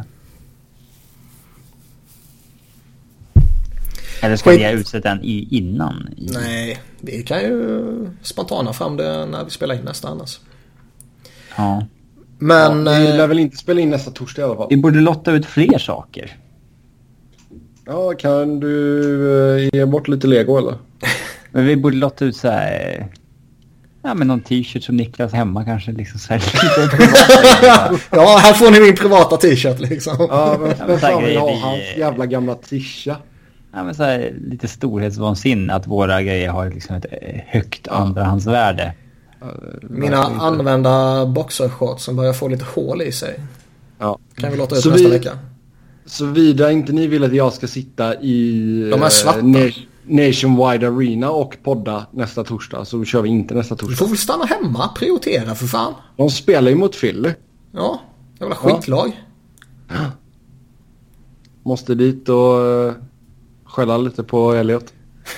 Eller ska vi utsätta den innan? Nej, vi kan ju spontana fram det när vi spelar in nästa annars. Ja. Men... Ja, vi lär väl inte spela in nästa torsdag i alla fall. Vi borde lotta ut fler saker. Ja, kan du ge bort lite Lego eller? Men vi borde lotta ut så här... Ja, men någon t-shirt som Niklas hemma kanske liksom så här. Ja, här får ni min privata t-shirt liksom. Ja, men fan vill ha hans jävla gamla tisha. Ja, men så här, lite storhetsvansinne att våra grejer har liksom ett högt andrahandsvärde. Mina använda boxershorts som börjar få lite hål i sig. Ja. Kan vi låta ut nästa vecka. Såvida inte ni vill att jag ska sitta i de är svarta. Nationwide Arena och podda nästa torsdag, så kör vi inte nästa torsdag. Du får väl stanna hemma, prioritera för fan. De spelar ju mot Philly. Ja, jävla skitlag. Ja. Måste dit och skälla lite på Elliot.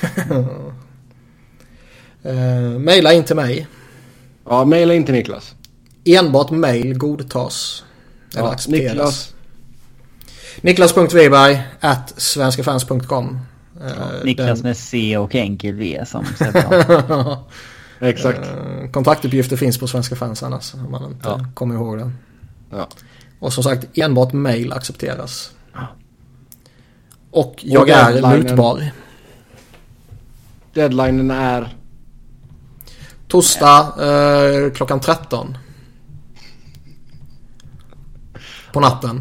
Maila in till mig. Ja, maila in till Niklas. Enbart mail godtas. Eller accepteras. Niklas.Weberg@svenskafans.com. Niklas med C och enkel V som Exakt. Kontaktuppgifter finns på Svenska Fans annars om man inte kommer ihåg det. Ja. Och som sagt, enbart mail accepteras. Och jag är mutbar. Deadlinen är torsdag klockan 13 på natten.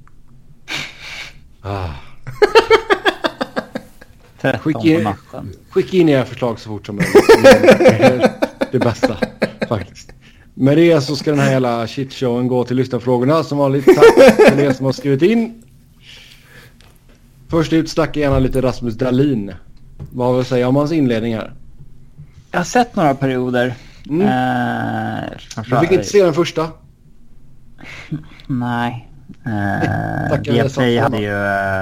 Skicka in era förslag så fort som möjligt. Det bästa faktiskt. Med det så ska den här hela shitshowen gå till lyssnarfrågorna som vanligt. Tack till er som har skrivit in. Först ut stack gärna lite Rasmus Dahlin. Vad vill säga om hans inledning här? Jag har sett några perioder. Du fick inte se den första? Nej. Viaplay hade ju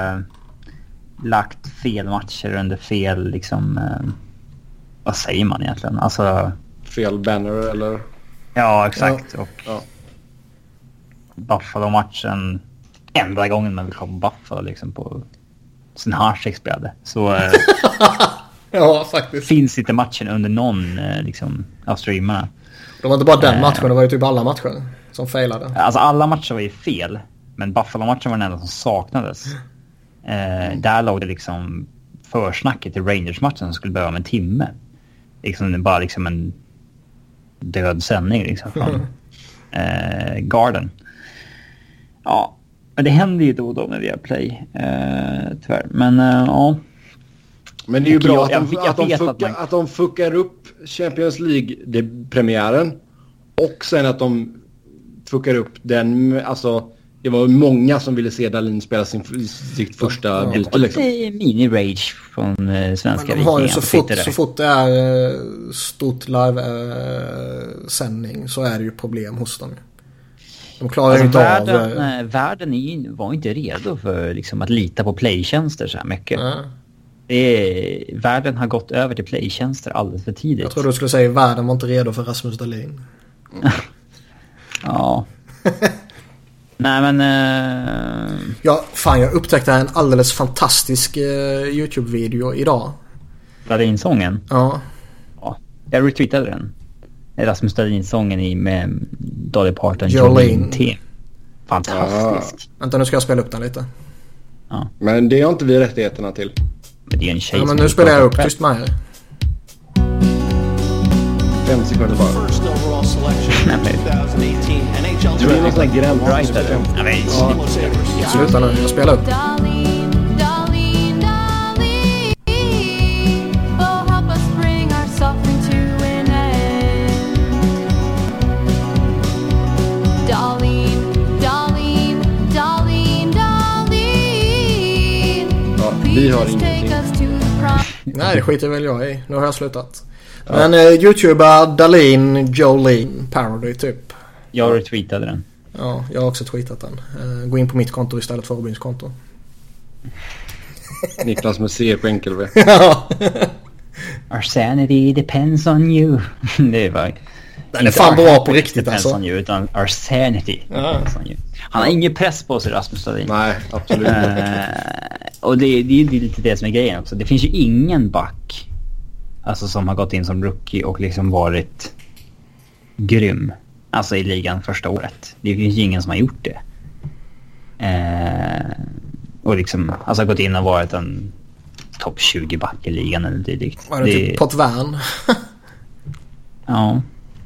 lagt fel matcher under fel liksom... vad säger man egentligen? Alltså... Fel banner eller... Ja, exakt. Ja. Och Buffalo-matchen enda gången man vill komma på Buffalo liksom på sin Harsek spelade. Så ja, faktiskt. Finns inte matchen under någon liksom av streamarna. Det var inte bara den matchen, det var ju typ alla matcher som failade. Alltså alla matcher var ju fel, men Buffalo-matchen var den enda som saknades. Där låg det liksom försnacket till Rangers-matchen som skulle behöva en timme. Liksom bara liksom en död sändning liksom från Garden. Ja, men det händer ju då med Viaplay tyvärr. Men ja, Men det är ju bra att de fuckar upp Champions League-premiären och sen att de fuckar upp den, alltså det var många som ville se Dahlin spela sitt första byte liksom. Det är mini-rage från svenska Vikingar. De har ju så fort det är stort live-sändning så är det ju problem hos dem. De klarar inte av... Världen var inte redo för liksom, att lita på playtjänster så här mycket. Världen har gått över till playtjänster alldeles för tidigt. Jag tror du skulle säga att världen var inte redo för Rasmus Dahlin. Ja. Nej men... Ja, fan jag upptäckte en alldeles fantastisk YouTube-video idag. Dahlin-sången? Ja. Jag retweetade den. Rasmus Dahlin-sången med Dolly Parton, Jolene. Fantastisk. Vänta, nu ska jag spela upp den lite. Ja. Men det har inte vi rättigheterna till. Men det är en tjej men nu spelar jag upp tyst med er. 5 sekunder bara. Tror du det är någon sån här Grand Prix eller? Sluta nu, jag spelar upp. Vi har ingenting. Nej, det skiter väl jag i. Nu har jag slutat. Men YouTuber Dahlin Jolene parody typ. Jag retweetade den. Ja, jag har också tweetat den. Gå in på mitt konto istället för Robins konto. Niklas med C på enkel V. Ja. Our sanity depends on you. Det var... Den är fan bra på riktigt alltså. On you, utan our sanity depends on you. Han har ingen press på sig, Rasmus Dahlin. Nej, absolut inte. Och det är lite det som är grejen också. Det finns ju ingen back alltså, som har gått in som rookie och liksom varit grym. Alltså i ligan första året. Det finns ju ingen som har gjort det. Och liksom alltså gått in och varit en topp 20 back i ligan eller dylikt. Var det typ Potvärn? Ja.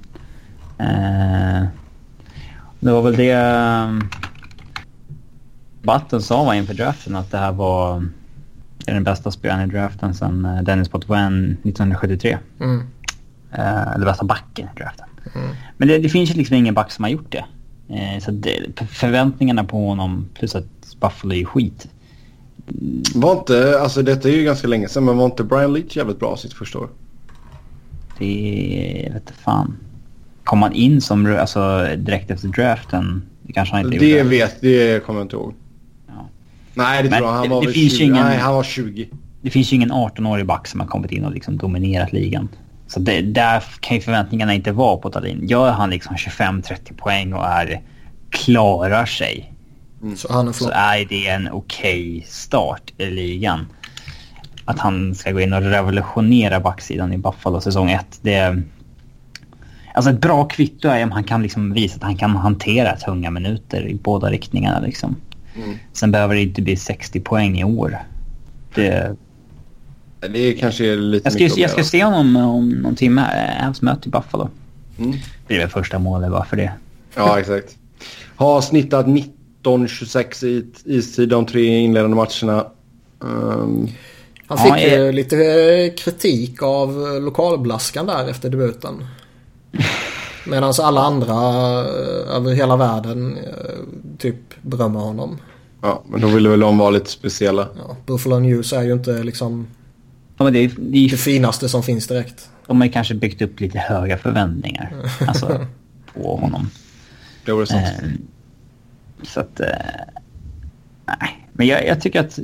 Det var väl det Button sa inför draften att det här var den bästa spelaren i draften sedan Dennis Potvin 1973. Eller bästa backen i draften. Men det finns ju liksom ingen back som har gjort det. Så förväntningarna på honom plus att Buffalo är skit. Var inte, alltså detta är ju ganska länge sedan, men var inte Brian Leach jävligt bra sitt första år? Det vet inte fan. Kom han in som alltså, direkt efter draften? Det kanske han inte gjorde. Det kommer jag inte ihåg. Ja. Nej, det tror jag. Han var väl 20. Nej, han var 20. Det finns ju ingen 18-årig back som har kommit in och liksom dominerat ligan. Så där kan ju förväntningarna inte vara på Dahlin. Gör han liksom 25-30 poäng och klarar sig. Så är det en okej start i ligan. Att han ska gå in och revolutionera backsidan i Buffalo säsong 1. Det är... Alltså ett bra kvitto är om han kan liksom visa att han kan hantera tunga minuter i båda riktningarna liksom. Sen behöver det inte bli 60 poäng i år. Det är kanske lite jag ska se honom om någon timme här. Hans möte i Buffalo. Det är väl första målet bara för det. Ja, exakt. Har snittat 19-26 i istid de 3 inledande matcherna. Han fick lite kritik av lokalblaskan där efter debuten. Medan alla andra över hela världen typ berömmer honom. Ja, men då ville väl de vara lite speciella. Ja, Buffalo News är ju inte liksom det finaste som finns direkt. De har ju kanske byggt upp lite höga förväntningar alltså, på honom. Det var det sant. Så att nej, men jag tycker att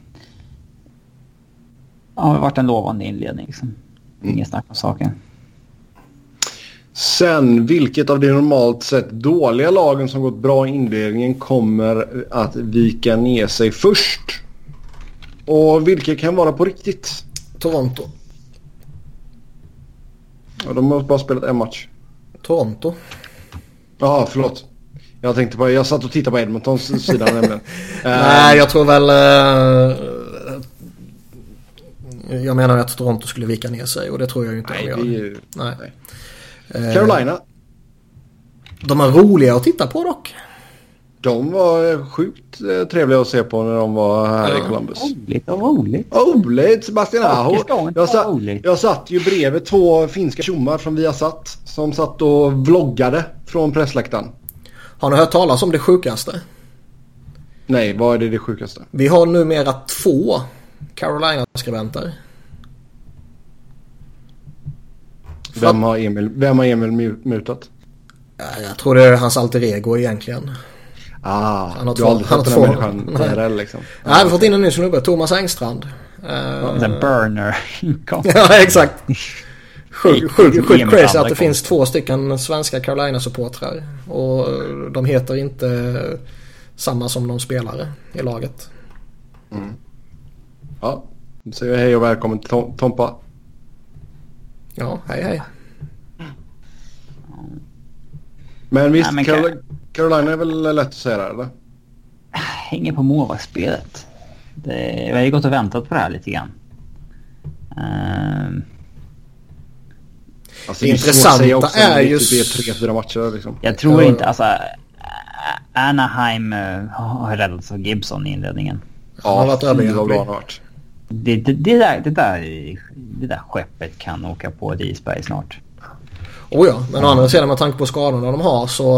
det har varit en lovande inledning liksom. Ingen snack om saken. Sen, vilket av de normalt sett dåliga lagen som gått bra i inledningen kommer att vika ner sig först? Och vilka kan vara på riktigt? Toronto. Ja, de har bara spelat en match. Toronto. Ja, förlåt. Jag satt och tittade på Edmontons sida nämligen. Nej, jag tror väl... jag menar att Toronto skulle vika ner sig och det tror jag ju inte de gör. Nej. Carolina. De är roliga att titta på dock. De var sjukt trevliga att se på när de var här i Columbus. Roligt, Sebastian Aho. Jag satt ju bredvid 2 finska tjommar från Viasat som satt och vloggade från pressläktaren. Har ni hört talas om det sjukaste? Nej, vad är det sjukaste? Vi har numera 2 Carolina-skribenter. Vem har Emil mutat? Jag tror det är hans alter ego egentligen. Han har aldrig fått den här människan TRL liksom. Nej, vi har fått in en ny snubbe, Thomas Engstrand. The burner. Ja, exakt. Sjukt crazy att det finns 2 stycken svenska Carolina-supportrar. Och de heter inte samma som de spelare i laget. Ja, då säger jag hej och välkommen till Tompa. Ja, hej. Men visst, Carolina är väl lätt att säga där, eller? Hänger på målvaktsspelet. Vi har ju gått och väntat på det här lite grann. Alltså, det intressanta är ju... Det är 3-4 matcher liksom. Jag tror inte, alltså... Anaheim har räddats av Gibson i inledningen. Ja, det var bra varit. Det där skeppet kan åka på ett isberg snart. Oh ja, men å andra sidan med tanke på skadorna de har så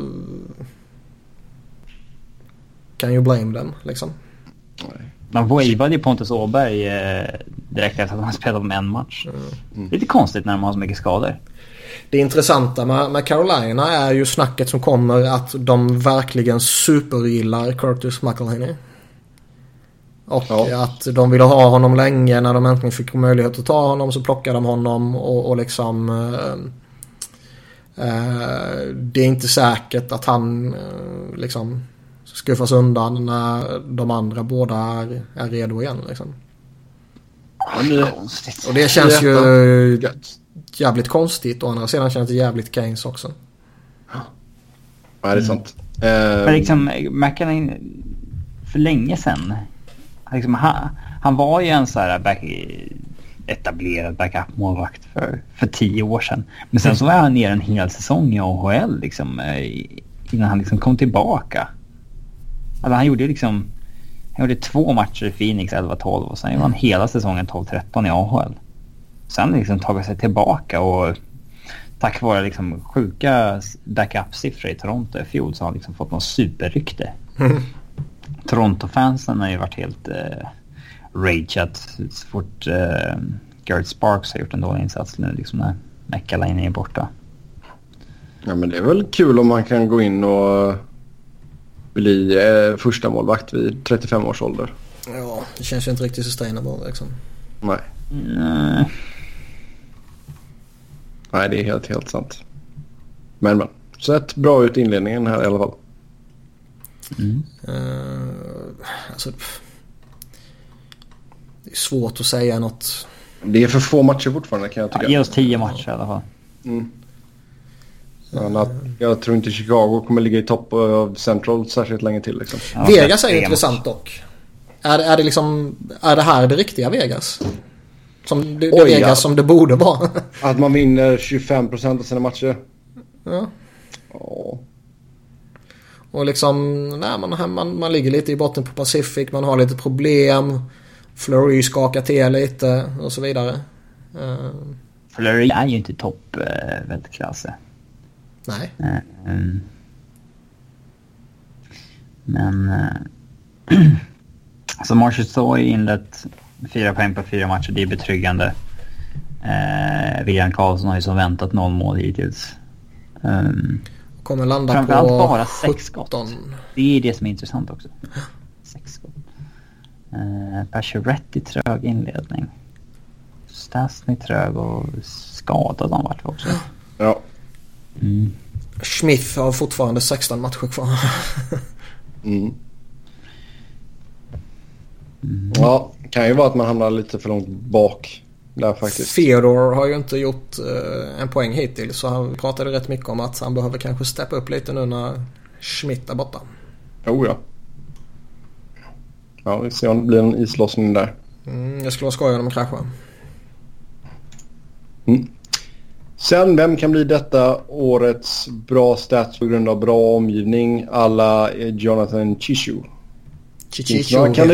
kan ju blame dem liksom. De wavade ju Pontus Åberg direkt efter att de spelade om en match. Lite konstigt när de har så mycket skador. Det intressanta med Carolina är ju snacket som kommer att de verkligen supergillar Curtis McElhinney. Och att de ville ha honom länge. När de äntligen fick möjlighet att ta honom så plockade de honom och liksom det är inte säkert att han liksom skuffas undan när de andra båda är redo igen liksom. Och det känns ju jävligt konstigt. Å andra sidan känns det jävligt Keynes också. Ja, det är sant. Men liksom McElhinney för länge sedan liksom, han var ju en så här etablerad backup-målvakt för 10 år sedan. Men sen så var han ner en hel säsong i AHL liksom, innan han liksom kom tillbaka. Alltså han gjorde 2 matcher i Phoenix 11-12 och sen gjorde han hela säsongen 12-13 i AHL. Sen liksom tagit sig tillbaka och tack vare liksom sjuka backup-siffror i Toronto i fjol så har han liksom fått någon superrykte. Toronto-fansen har ju varit helt rageat så fort Garrett Sparks har gjort en dålig insats nu liksom när McElhinney är borta. Ja, men det är väl kul om man kan gå in och bli första målvakt vid 35 års ålder. Ja, det känns ju inte riktigt sustainable liksom. Nej. Nej, det är helt sant. Men sett bra ut inledningen här i alla fall. Alltså, det är svårt att säga något. Det är för få matcher fortfarande kan jag tycka. Ge oss 10 matcher i alla fall. Jag tror inte Chicago kommer ligga i topp av Central särskilt länge till liksom. Ja, Vegas är intressant dock. Är det liksom, är det här det riktiga Vegas? Som det Vegas som det borde vara. Att man vinner 25% av sina matcher. Ja. Och liksom man ligger lite i botten på Pacific, man har lite problem. Fleury skakar till lite och så vidare. Fleury är ju inte topp vältklass. Nej. Men så Marshall Stoy inlett 4 poäng på 4 matcher, det är betryggande. William Karlsson har ju som väntat 0 mål hittills. Kommer landa framförallt på bara 6 skott. Det är det som är intressant också. 6 skott. Pacioretty trög inledning. Stastny trög och skadad han vart också. Ja. Smith har fortfarande 16 matcher kvar. Ja, kan ju vara att man hamnar lite för långt bak där faktiskt. Theodore har ju inte gjort en poäng hittills, så han pratade rätt mycket om att han behöver kanske steppa upp lite nu när Schmidt är borta. Ja. Ja, vi ser om det blir en islossning där. Jag skulle vara skojad om de kraschar. Sen, vem kan bli detta årets bra stats på grund av bra omgivning? Alla Jonathan Chichu. Chichicho. Det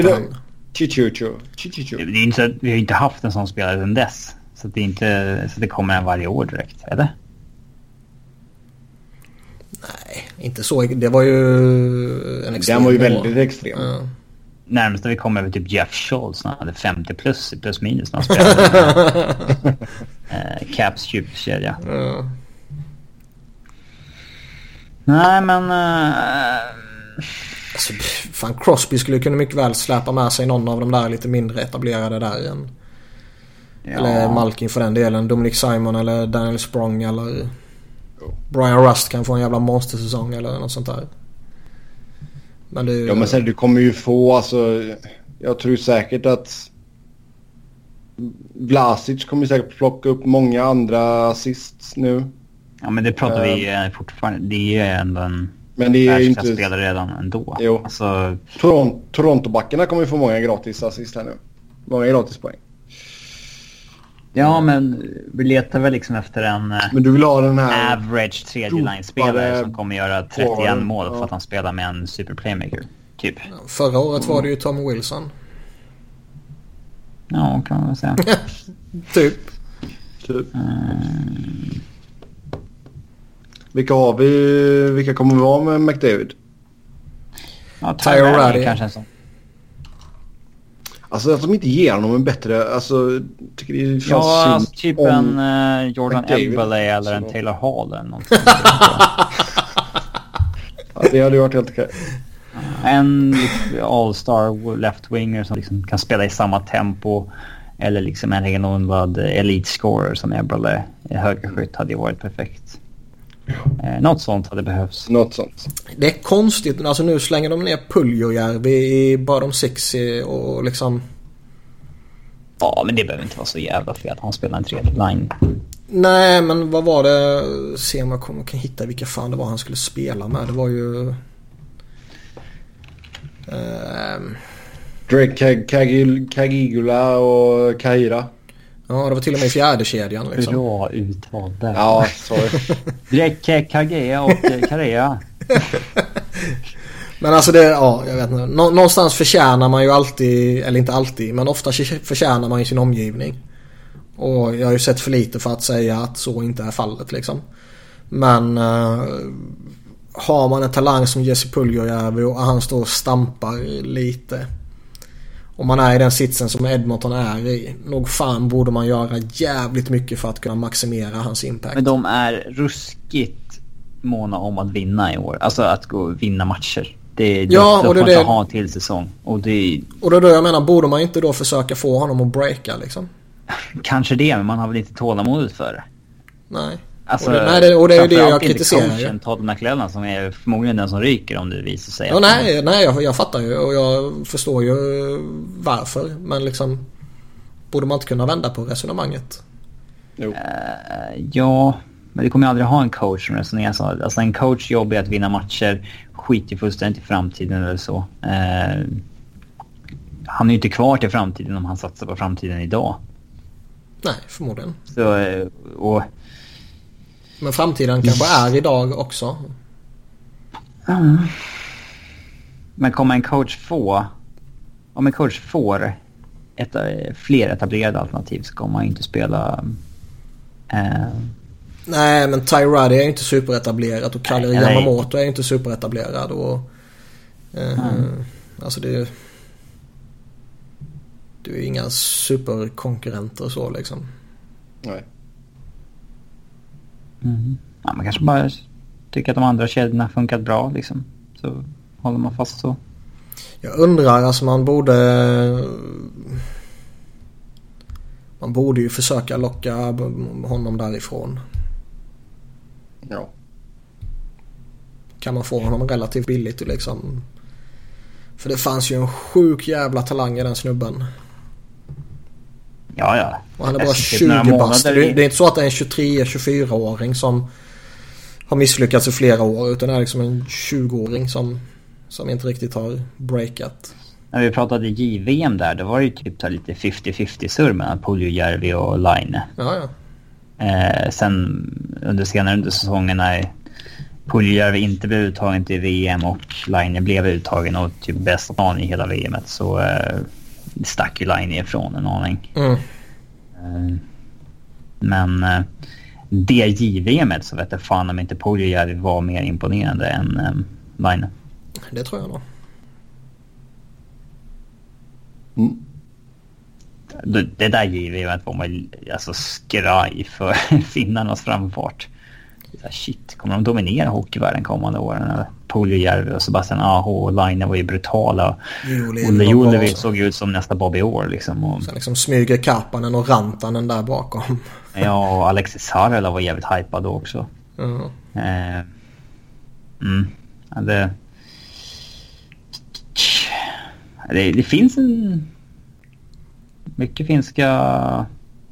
är inte så, vi har inte haft en sån spelare sedan dess. Så det är inte så det kommer en varje år direkt, eller? Nej, inte så. Det var ju en extrem. Den var ju väldigt extrem. Ja. Närmast vi kommer över typ Jeff Schultz när han hade 50 plus minus när han spelade Caps djupkedja. Ja. Nej, men alltså, fan, Crosby skulle kunna mycket väl släpa med sig någon av de där lite mindre etablerade där än. Ja. Eller Malkin för den delen. Dominic Simon eller Daniel Sprong eller Brian Rust kan få en jävla monstersäsong eller något sånt där. Men det, ja, men sen du kommer ju få, alltså, jag tror säkert att Vlasic kommer säkert plocka upp många andra assists nu. Ja, men det pratar vi fortfarande. Det är ändå en men det är inte spelare redan ändå. Jo. Alltså, Toronto-backarna kommer ju få många gratis assist här nu. Många gratis poäng. Ja, men vi letar väl liksom efter en men du vill ha den här average tredje line-spelare som kommer göra 31 mål för att han spelar med en super playmaker, typ. Förra året var det ju Tom Wilson. Ja, kan man väl säga. Typ. Vilka kommer vi ha med McDavid? Ja, Tyler kanske en sån. Alltså att de inte ger honom en bättre, alltså tycker det är alltså, typ en Jordan Eberle eller en Taylor Hall eller något sånt. Ja, det hade varit helt okej. En all-star left-winger som liksom kan spela i samma tempo, eller liksom en renodlad elite scorer som Eberle, högerskytt, hade ju varit perfekt. Något sånt hade behövts. Något sånt. Det är konstigt, alltså nu slänger de ner Puljujärvi i bottom six och liksom. Ja, men det behöver inte vara så jävla fel att han spelar en tredje line. Nej, men vad var det? Se om jag kan hitta vilka fan det var han skulle spela med. Det var ju Drake Kagigula och Kaira. Ja, det var till och med i fjärde kedjan liksom. Bra utval där. Ja, sorry. Drake Kagea och Karea. Men alltså det, ja, jag vet inte. Någonstans förtjänar man ju alltid, eller inte alltid, men ofta förtjänar man ju sin omgivning. Och jag har ju sett för lite för att säga att så inte är fallet liksom. Men har man en talang som Jesse Puljujärvi och han står och stampar lite, om man är i den sitsen som Edmonton är i, nog fan borde man göra jävligt mycket för att kunna maximera hans impact. Men de är ruskigt måna om att vinna i år. Alltså att gå och vinna matcher. De får inte ha en till säsong. Och då jag menar, borde man inte då försöka få honom att breaka liksom? Kanske det, men man har väl inte tålamodet för det. Nej. Alltså, det är ju det jag kritiserar. Coachen Todd McLellan som är förmodligen den som ryker om det visar sig. Ja, nej, jag fattar ju och jag förstår ju varför. Men liksom, borde man inte kunna vända på resonemanget? Jo. Ja, men det kommer ju aldrig ha en coach som resonerar så. Alltså en coach jobb är att vinna matcher, skit i fullständigt i framtiden eller så. Han är ju inte kvar till framtiden om han satsar på framtiden idag. Nej, förmodligen. Så, men framtiden kanske är idag också. Men kommer en coach om en coach får fler etablerade alternativ så kommer man inte spela. Nej, men Tyrod är inte superetablerad och Kalle Yamamoto är inte superetablerad och alltså det är inga superkonkurrenter så liksom. Nej. Ja, man kanske bara tycker att de andra kedjorna funkat bra liksom. Så håller man fast så. Jag undrar, alltså man borde ju försöka locka honom därifrån. Ja. Kan man få honom relativt billigt liksom. För det fanns ju en sjuk jävla talang i den snubben. Ja. Och han är bara 20 bast. Det är inte så att det är en 23-24-åring som har misslyckats i flera år, utan det är liksom en 20-åring som inte riktigt har breakat. När vi pratade JVM där, det var ju typ lite 50-50 surr mellan Puljujärvi och Line. Ja. Sen senare under säsongen när Puljujärvi inte blev uttagen till VM och Laine blev uttagen och typ bästa plan i hela VMet, så stack ju Laine ifrån en aning. Men det JVMet så vet jag fan om inte Puljujärvi var mer imponerande än Laine. Det tror jag nog. Det där JVMet var man alltså skraj för finnarnas framfart. Shit, kommer de dominera hockeyvärlden kommande åren? Puljujärvi och Sebastian Aho och Laine var ju brutala. Olle Julevi såg ut som nästa Bobby Orr liksom. Och sen liksom smyger Karpanen och Rantanen där bakom. Ja, och Alexis Harjala var jävligt hypad då också. Det finns mycket finska.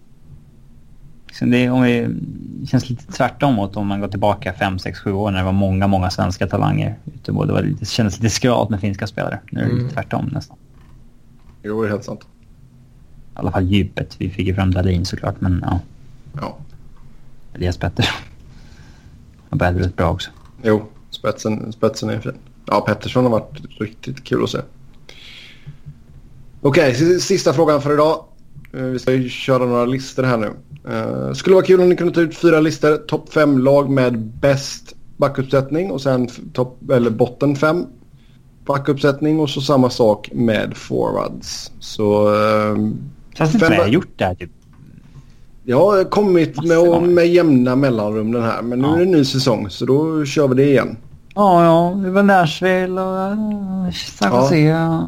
Det känns lite tvärtom mot om man går tillbaka 5, 6, 7 år när det var många svenska talanger. Det kändes lite skralt med finska spelare. Nu är det lite tvärtom nästan. Jo, det är helt sant. I alla fall djupet. Vi fick ju fram Dahlin såklart, men ja. Elias Pettersson. Han började rätt bra också. Jo, spetsen är fin. Ja, Pettersson har varit riktigt kul att se. Okej, sista frågan för idag. Vi ska ju köra några listor här nu. Skulle vara kul om ni kunde ta ut 4 listor. Topp 5 lag med bäst backuppsättning och sen botten 5 backuppsättning och så samma sak med forwards. Så känns inte jag har gjort det här typ. Jag har kommit med jämna mellanrum den här, men nu är det en ny säsong så då kör vi det igen. Ja, det var Nashville och San Jose. Ja.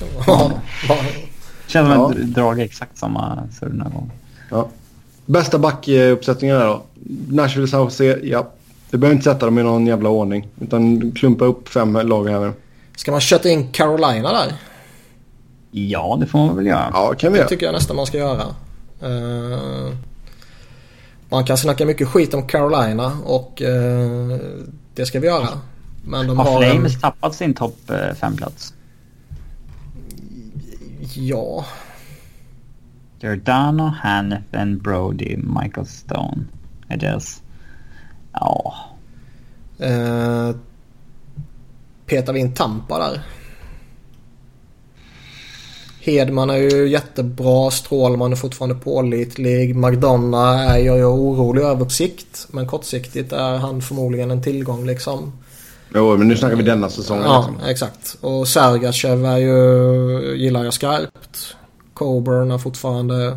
Känns som att drag exakt samma surr den här gången. Ja. Bästa backuppsättningen är då Nashville, San Jose, ja. Vi behöver inte sätta dem i någon jävla ordning utan klumpa upp 5 lag här nu. Ska man köta in Carolina där? Ja, det får man väl göra. Ja, kan vi göra. Det tycker jag nästan man ska göra. Man kan snacka mycket skit om Carolina och det ska vi göra. Men de har Flames tappat sin topp 5-plats? Ja. Giordano, Hanifin, Brody, Michael Stone. I guess. Ja. Petar vi in Tampa där? Hedman är ju jättebra. Strålman är fortfarande pålitlig. McDonough är jag orolig över på sikt. Men kortsiktigt är han förmodligen en tillgång liksom. Jo, men nu snackar vi denna säsongen. Ja, liksom. Exakt. Och Sergachev är ju, gillar jag skarpt. Coburn är fortfarande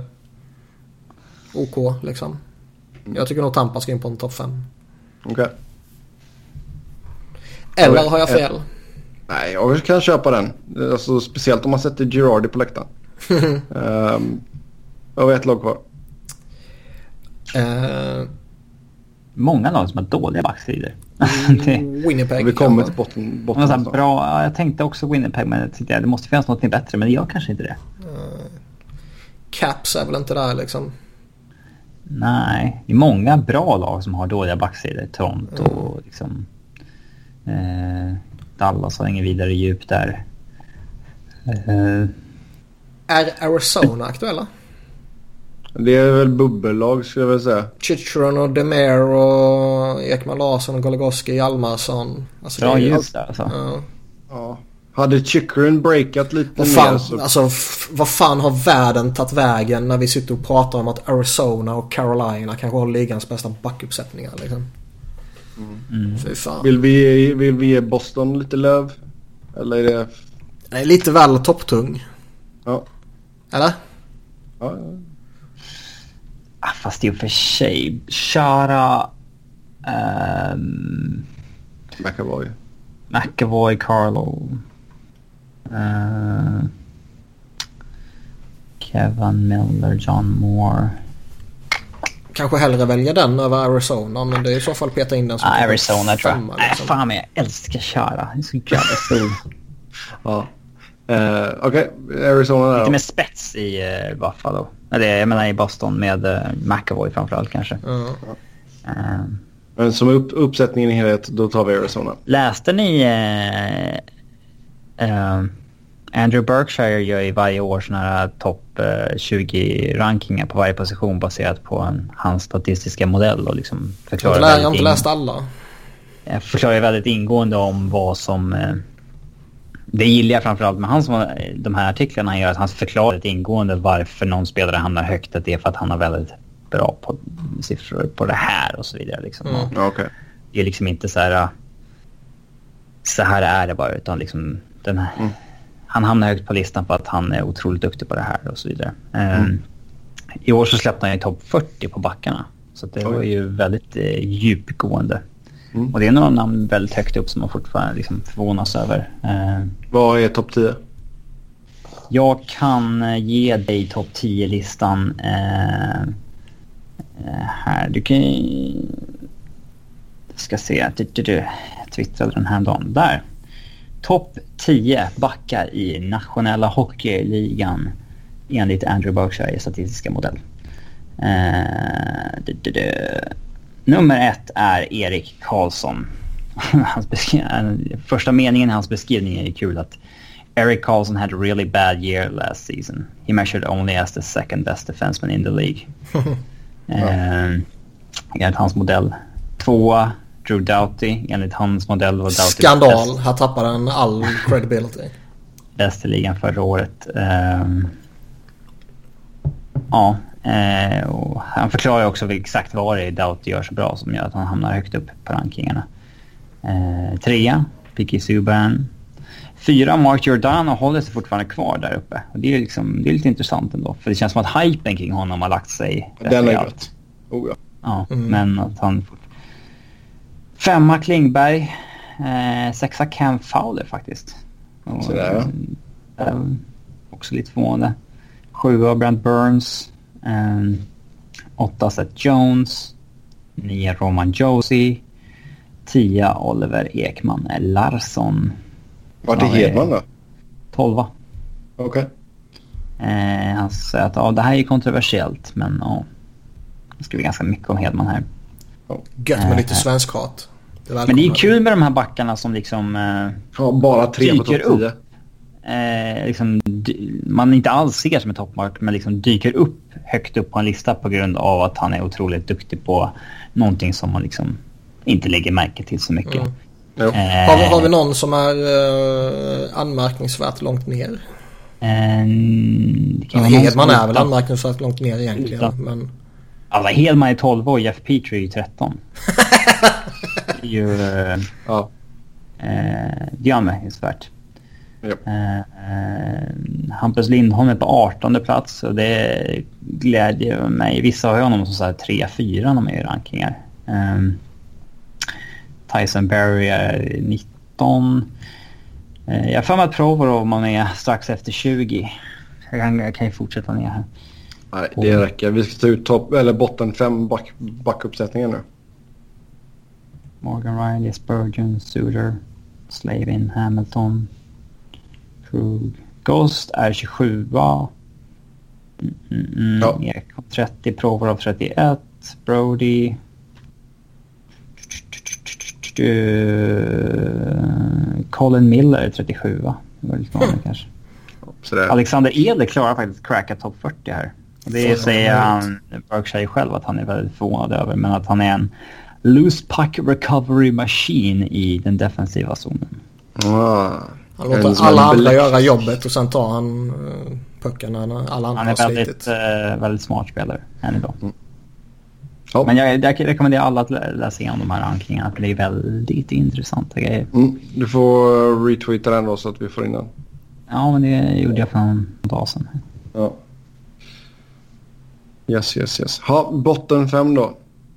OK liksom. Jag tycker nog Tampa ska in på en topp 5. Okej. Eller har jag fel? Nej, jag kan köpa den. Alltså, speciellt om man sätter Girardi på läktaren. Jag har ett lag kvar. Många lag som har dåliga backsidor. Winnipeg. Vi kommer till botten bra. Jag tänkte också Winnipeg, men jag tänkte, det måste finnas något bättre, men jag kanske inte det. Caps är väl inte där liksom. Nej, det är många bra lag som har dåliga backsidor. Toronto liksom. Dallas har ingen vidare djup där. Är Arizona aktuella? Det är väl bubbellag skulle jag vilja säga. Chychrun och Demare och Ekman Larsson och Goligoski, Hjalmarsson. Alltså bra djup där alltså. Ja. Hade Chychrun breakat lite mer så... Alltså vad fan har världen tagit vägen när vi sitter och pratar om att Arizona och Carolina kanske har ligans bästa backuppsättningar liksom. Fy fan. Vill vi ge Boston lite löv? Eller är det... Det är lite väl topptung. Ja. Eller? Ja. Fast det är för sig. Shara... McAvoy, Carlo. Kevin Miller, John Moore. Kanske hellre välja den över Arizona, men det är i så fall peta in den som Arizona tror jag. Liksom. Fan, men jag älskar Shara. Det är så jävla stor. Ja. Okej, Arizona där. Lite med spets i Buffalo. Eller jag menar i Boston med McAvoy framförallt kanske. Men som uppsättningen i helhet, då tar vi Arizona. Läste ni Andrew Berkshire gör ju varje år såna här topp 20-rankingar på varje position baserat på hans statistiska modell och liksom förklarar jag har inte läst alla. Jag förklarar väldigt ingående om vad som... Det gillar jag framförallt med de här artiklarna gör att han förklarar lite ingående varför någon spelare hamnar högt. Att det är för att han har väldigt bra på siffror på det här och så vidare. Liksom. Okay. Det är liksom inte så här är det bara, utan liksom den här... Han hamnar högt på listan för att han är otroligt duktig på det här och så vidare. I år så släppte han ju topp 40 på backarna. Så det var ju väldigt djupgående. Och det är några namn väldigt högt upp som man fortfarande liksom förvånas över. Vad är topp 10? Jag kan ge dig topp 10-listan här. Du kan... ska se. Jag twittrade den här dagen. Där. Topp 10 backar i nationella hockeyligan enligt Andrew Berkshire statistiska modell. Nummer 1 är Erik Karlsson. Första meningen i hans beskrivning är kul att Erik Karlsson had a really bad year last season. He measured only as the second best defenseman in the league. Enligt hans modell. 2 Drew Doughty. Enligt hans modell var Doughty skandal. Bäst. Här tappade han all credibility. Bäst i ligan förra året. Och han förklarar också exakt vad det är Doughty gör så bra som gör att han hamnar högt upp på rankingarna. 3 Picky Subban. 4 Mark Giordano håller sig fortfarande kvar där uppe. Och det är lite intressant ändå. För det känns som att hypen kring honom har lagt sig. Den är gott. Men att han... 5 Klingberg. 6 Cam Fowler faktiskt. Och, sådär, också lite förvånande. 7 Brent Burns. 8 Seth Jones. 9 Roman Josi. 10 Oliver Ekman Larsson. Vart är Hedman då? 12. Okej. Han säger att det här är kontroversiellt, men det ska bli ganska mycket om Hedman här. Gött med lite svensk hat. Men det är kul med de här backarna som liksom bara 3 på topp 10. Liksom, man inte alls ser som en toppmark, men liksom dyker upp högt upp på en lista på grund av att han är otroligt duktig på någonting som man liksom inte lägger märke till så mycket. Har vi någon som är anmärkningsvärt långt ner? Hedman är väl anmärkningsvärt långt ner egentligen, men... Alltså Hedman är 12 och Jeff Petrie är 13. Det är ju... det är anmärkningsvärt. Hampus Lindholm är på 18:e plats och det glädjer mig. Vissa har ju honom som så här 3-4 när man är i rankingar. Tyson Berry är 19. Jag får med att Provorov man är strax efter 20. Jag kan ju fortsätta ner här. Nej, det räcker. Vi ska ta ut botten 5 backuppsättningar nu. Morgan Riley, Spurgeon, Suter, Slavin, Hamilton, Krug. Ghost är 27. Ekholm 30, Provorov 31, Brody. Colin Miller 37. Det var lite vanligt kanske. Alexander Edler klarar faktiskt cracka topp 40 här. Och det säger han Berkshire själv att han är väldigt förvånad över, men att han är en loose puck recovery machine i den defensiva zonen. Han låter alla andra göra jobbet och sen tar han pucken när alla andra har slitit. Han är väldigt smart spelare än idag. Men jag rekommenderar alla att läsa igenom de här rankingarna, för det är väldigt intressanta grejer. Du får retweeta den då så att vi får in den. Ja, men det gjorde jag för en dag sedan. Ja. Yes. Botten 5 då.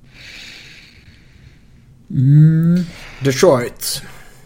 Detroit.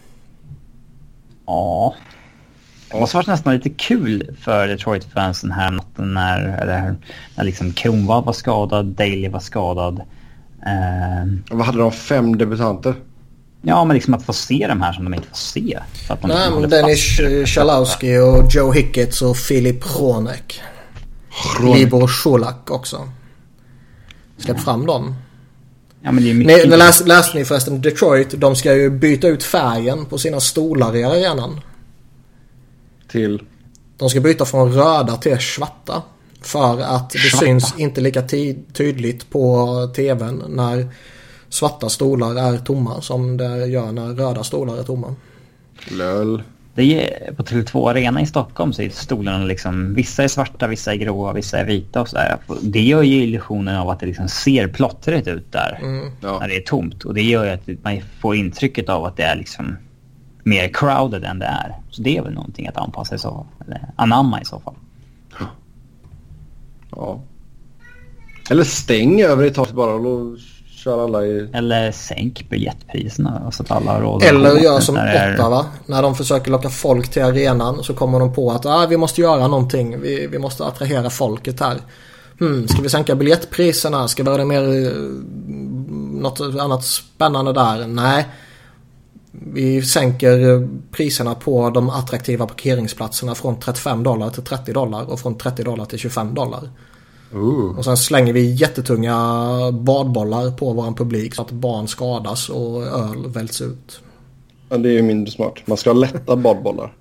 Ja. Det måste varit nästan lite kul för Detroit-fansen här natten när liksom Kronwall var skadad, Daley var skadad. Vad hade de 5 debutanter? Ja, men liksom att få se de här som de inte får se. Så att men Dennis Chalowski och Joe Hicketts och Filip Hronek. Libor Cholak också. Släpp fram dem. Ja, men det är mycket... Läste ni förresten Detroit? De ska ju byta ut färgen på sina stolar i arenan. Till? De ska byta från röda till svarta. För att det syns inte lika tydligt på tvn när svarta stolar är tomma som det gör när röda stolar är tomma. Löl. Det är på Tele2 Arena i Stockholm så är stolarna liksom, vissa är svarta, vissa är gråa, vissa är vita och sådär. Det gör ju illusionen av att det liksom ser plottrigt ut där när det är tomt. Och det gör ju att man får intrycket av att det är liksom mer crowded än det är. Så det är väl någonting att anpassa i så fall. Eller anamma i så fall. Ja. Eller stäng över ett tag bara och kör alla i... Eller sänk biljettpriserna så att alla har råd. Eller gör som Ottawa. När de försöker locka folk till arenan så kommer de på att vi måste göra någonting. Vi måste attrahera folket här. Ska vi sänka biljettpriserna? Ska vi göra det mer något annat spännande där? Nej. Vi sänker priserna på de attraktiva parkeringsplatserna från $35 till $30 och från $30 till $25. Och sen slänger vi jättetunga badbollar på våran publik så att barn skadas och öl välts ut. Ja, det är ju mindre smart. Man ska ha lätta badbollar.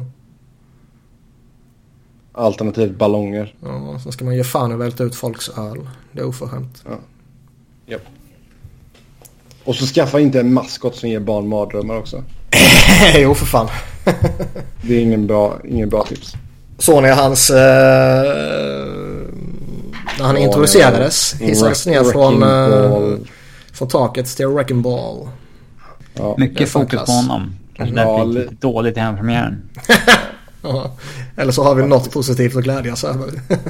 Alternativt ballonger. Ja, sen ska man ge fan och välta ut folks öl. Det är oförskämt. Ja. Yep. Och så skaffa inte en maskot som ger barn mardrömmar också. Jo, för fan. Det är ingen bra tips. Så när hans... när han introducerades hissades ner från taket till Wrecking Ball. Ja. Mycket fokus på honom. Kanske därför lite dåligt i hempremiären. Eller så har vi något positivt att glädjas över.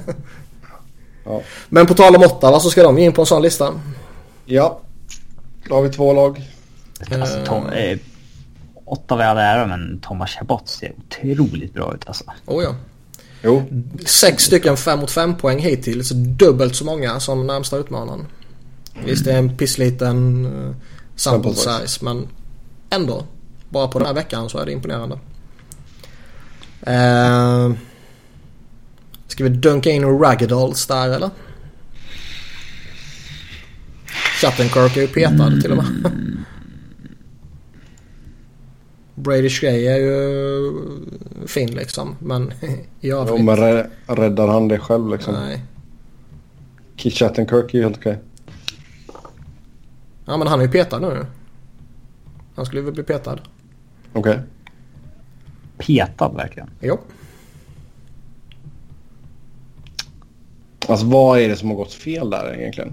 Men på tal om Ottawa så ska de in på en sån lista. Ja. Då har vi 2 lag. Alltså, Ottawa är där, men Thomas Chabot ser otroligt bra ut alltså. Ja. Jo. 6 stycken 5-5 poäng hittills. Dubbelt så många som närmsta utmanaren. Visst, det är en pissliten sample size, men ändå. Bara på den här veckan så är det imponerande. Ska vi dunka in Raggadolls där eller? Shattenkirk är ju petad till och med. Brady Shea är ju fin liksom, men i övrigt... Ja, men räddar han det själv liksom? Nej. Keith Shattenkirk är ju helt okej. Ja, men han är ju petad nu. Han skulle väl bli petad. Okej. Petad verkligen? Jo. Alltså vad är det som har gått fel där egentligen?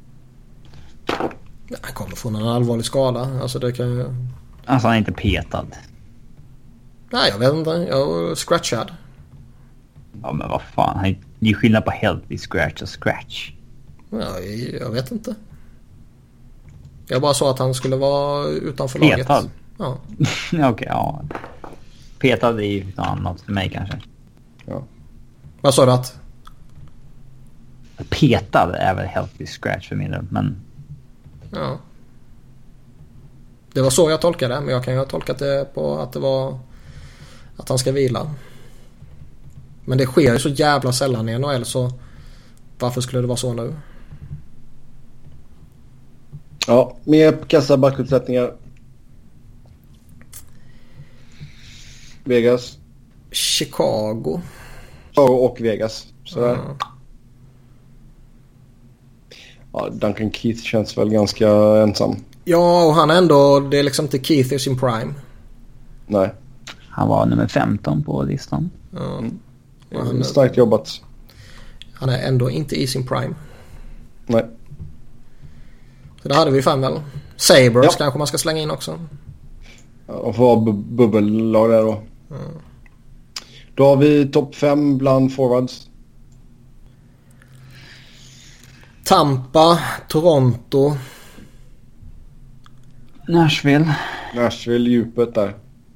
Han kommer från en allvarlig skada. Alltså det kan ju... Alltså han är inte petad. Nej, jag vet inte. Jag är scratchad. Ja, men vad fan. Det är skillnad på healthy scratch och scratch. Ja, jag vet inte. Jag bara sa att han skulle vara utanför petad. laget. Ja. Okej, ja. Petad är ju annat för mig kanske. Ja. Vad sa du att? Petad är väl healthy scratch för min del, men... Ja. Det var så jag tolkade det, men jag kan ju ha tolkat det på att det var att han ska vila. Men det sker ju så jävla sällan i NHL, så varför skulle det vara så nu? Ja, mer kassa backutsättningar. Vegas. Chicago och Vegas. Sådär. Ja, Duncan Keith känns väl ganska ensam. Ja, och han är ändå, det är liksom inte Keith i sin prime. Nej. Han var nummer 15 på listan. Ja. Starkt jobbat. Han är ändå inte i sin prime. Nej. Så det hade vi 5 väl. Sabres kanske man ska slänga in också. Ja, och få ha bubbellag där då. Då har vi topp 5 bland forwards. Tampa, Toronto, Nashville, djupet där.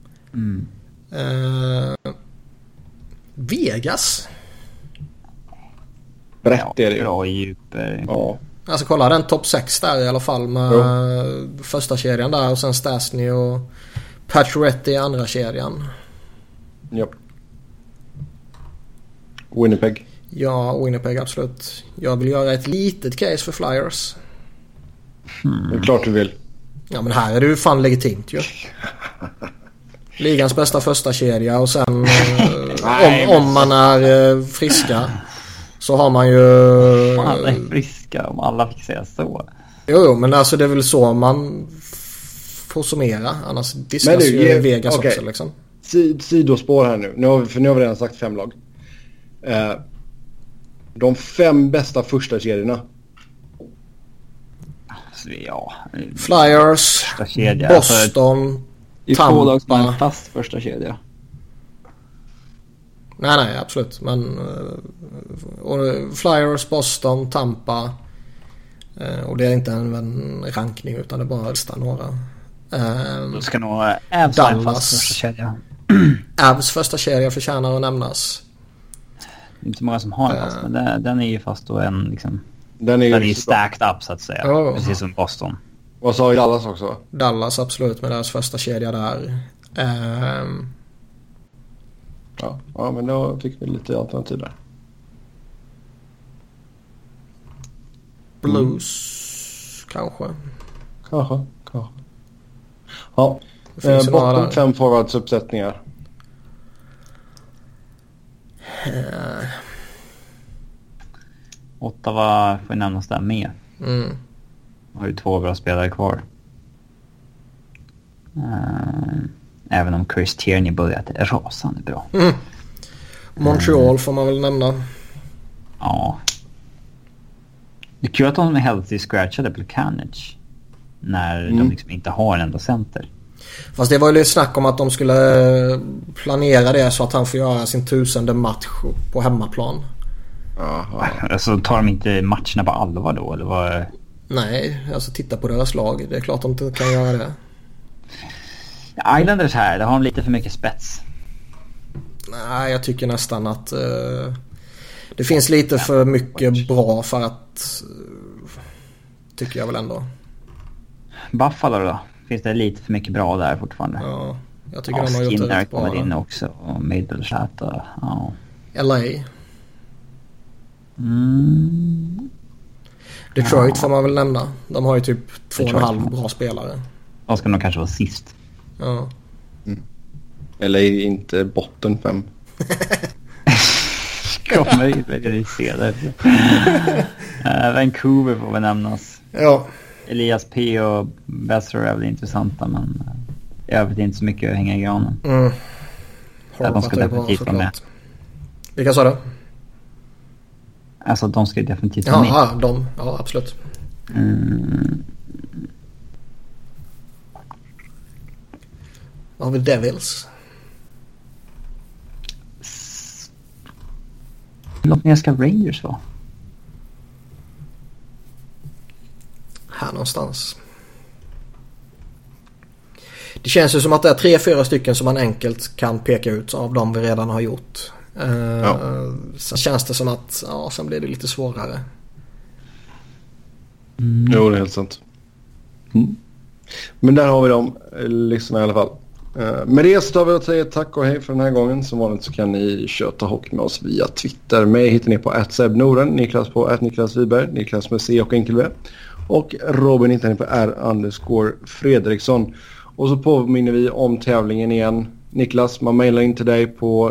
Vegas. Brett är det ju. Bra djup. Ja. Alltså kolla den topp 6 där i alla fall med första kedjan där och sen Stastny och Pacioretty i andra kedjan. Ja. Winnipeg. Ja, Winnipeg absolut. Jag vill göra ett litet case för Flyers. Det är klart du vill. Ja, men här är det ju fan legitimt ju. Ligans bästa första kedja och sen om man är friska så har man ju... Alla är friska om alla fick säga så. Jo, men alltså det är väl så man får summera. Annars diskas ju Vegas också liksom. Sidospår här nu. Nu har vi redan sagt 5 lag. De 5 bästa första kedjorna. Alltså, ja. Flyers, Boston, i Tampa. 2 lag som är en fast första kedja. Nej, absolut. Men Flyers, Boston, Tampa. Och det är inte en rankning utan det är bara lista några. Då ska nog Avs vara en fast första kedja. Avs första kedja förtjänar att nämnas. Det är inte så många som har en fast, men den är ju fast och en liksom... Den är ju stacked up så att säga. Oh. Precis som Boston. Vad sa Dallas också? Dallas absolut med deras första kedja där. Ja, men då fick vi lite alternativ där. Blues kanske. Ja, bortom 5 forwardsuppsättningar. Ottawa får nämnas där med. Har ju 2 bra spelare kvar. Även om Chris Tierney börjat rasande bra. Montreal får man väl nämna. Ja. Det är kul att de är healthy scratchade på Kanich. När de liksom inte har en enda center. Fast det var ju lite snack om att de skulle planera det så att han får göra sin 1000:e match på hemmaplan. Aha. Alltså tar de inte matcherna på allvar då? Eller vad? Nej, alltså titta på deras lag. Det är klart de inte kan göra det. Islanders här, det har de lite för mycket spets. Nej, jag tycker nästan att det finns lite för mycket bra för att tycker jag väl ändå. Buffalo då? Finns det lite för mycket bra där fortfarande? Ja, jag tycker de har gjort det rätt bra. Kommer in också och Middleshat och LA. Detroit får man väl nämna. De har ju typ 2,5 bra spelare. De ska nog kanske vara sist. Ja. Eller inte botten 5. Kommer ju se det. Vancouver får väl nämnas. Ja. Elias P och Besser är väl intressanta, men i övrigt inte så mycket att hänga i granen. De ska definitivt vara med. Vilka sa du? Alltså de ska definitivt vara med. Ja, absolut. Vad har vi Devils? Låt ner ska Rangers vara. Här någonstans. Det känns ju som att det är 3-4 stycken som man enkelt kan peka ut av de vi redan har gjort. Sen känns det som att sen blir det lite svårare. Jo, det är helt sant. Men där har vi dem liksom i alla fall. Med det så tar vi och säger tack och hej för den här gången. Som vanligt så kan ni köta hockey med oss via Twitter. Mig hittar ni på @sebnoren, Niklas på @niklasviberg, Niklas med C och enkel V. Och Robin hittar ni på R_Fredriksson. Och så påminner vi om tävlingen igen. Niklas, man mejlar in till dig på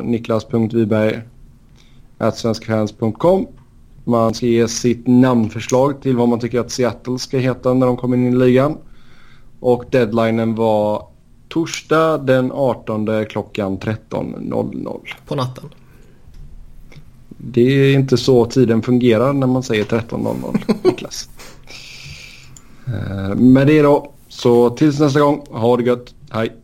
niklas.viberg@svenskfans.com. Man ska ge sitt namnförslag till vad man tycker att Seattle ska heta när de kommer in i ligan. Och deadlinen var torsdag den 18 klockan 13:00. På natten. Det är inte så tiden fungerar när man säger 13:00, Niklas. Med det då, så tills nästa gång, ha det gött, hej.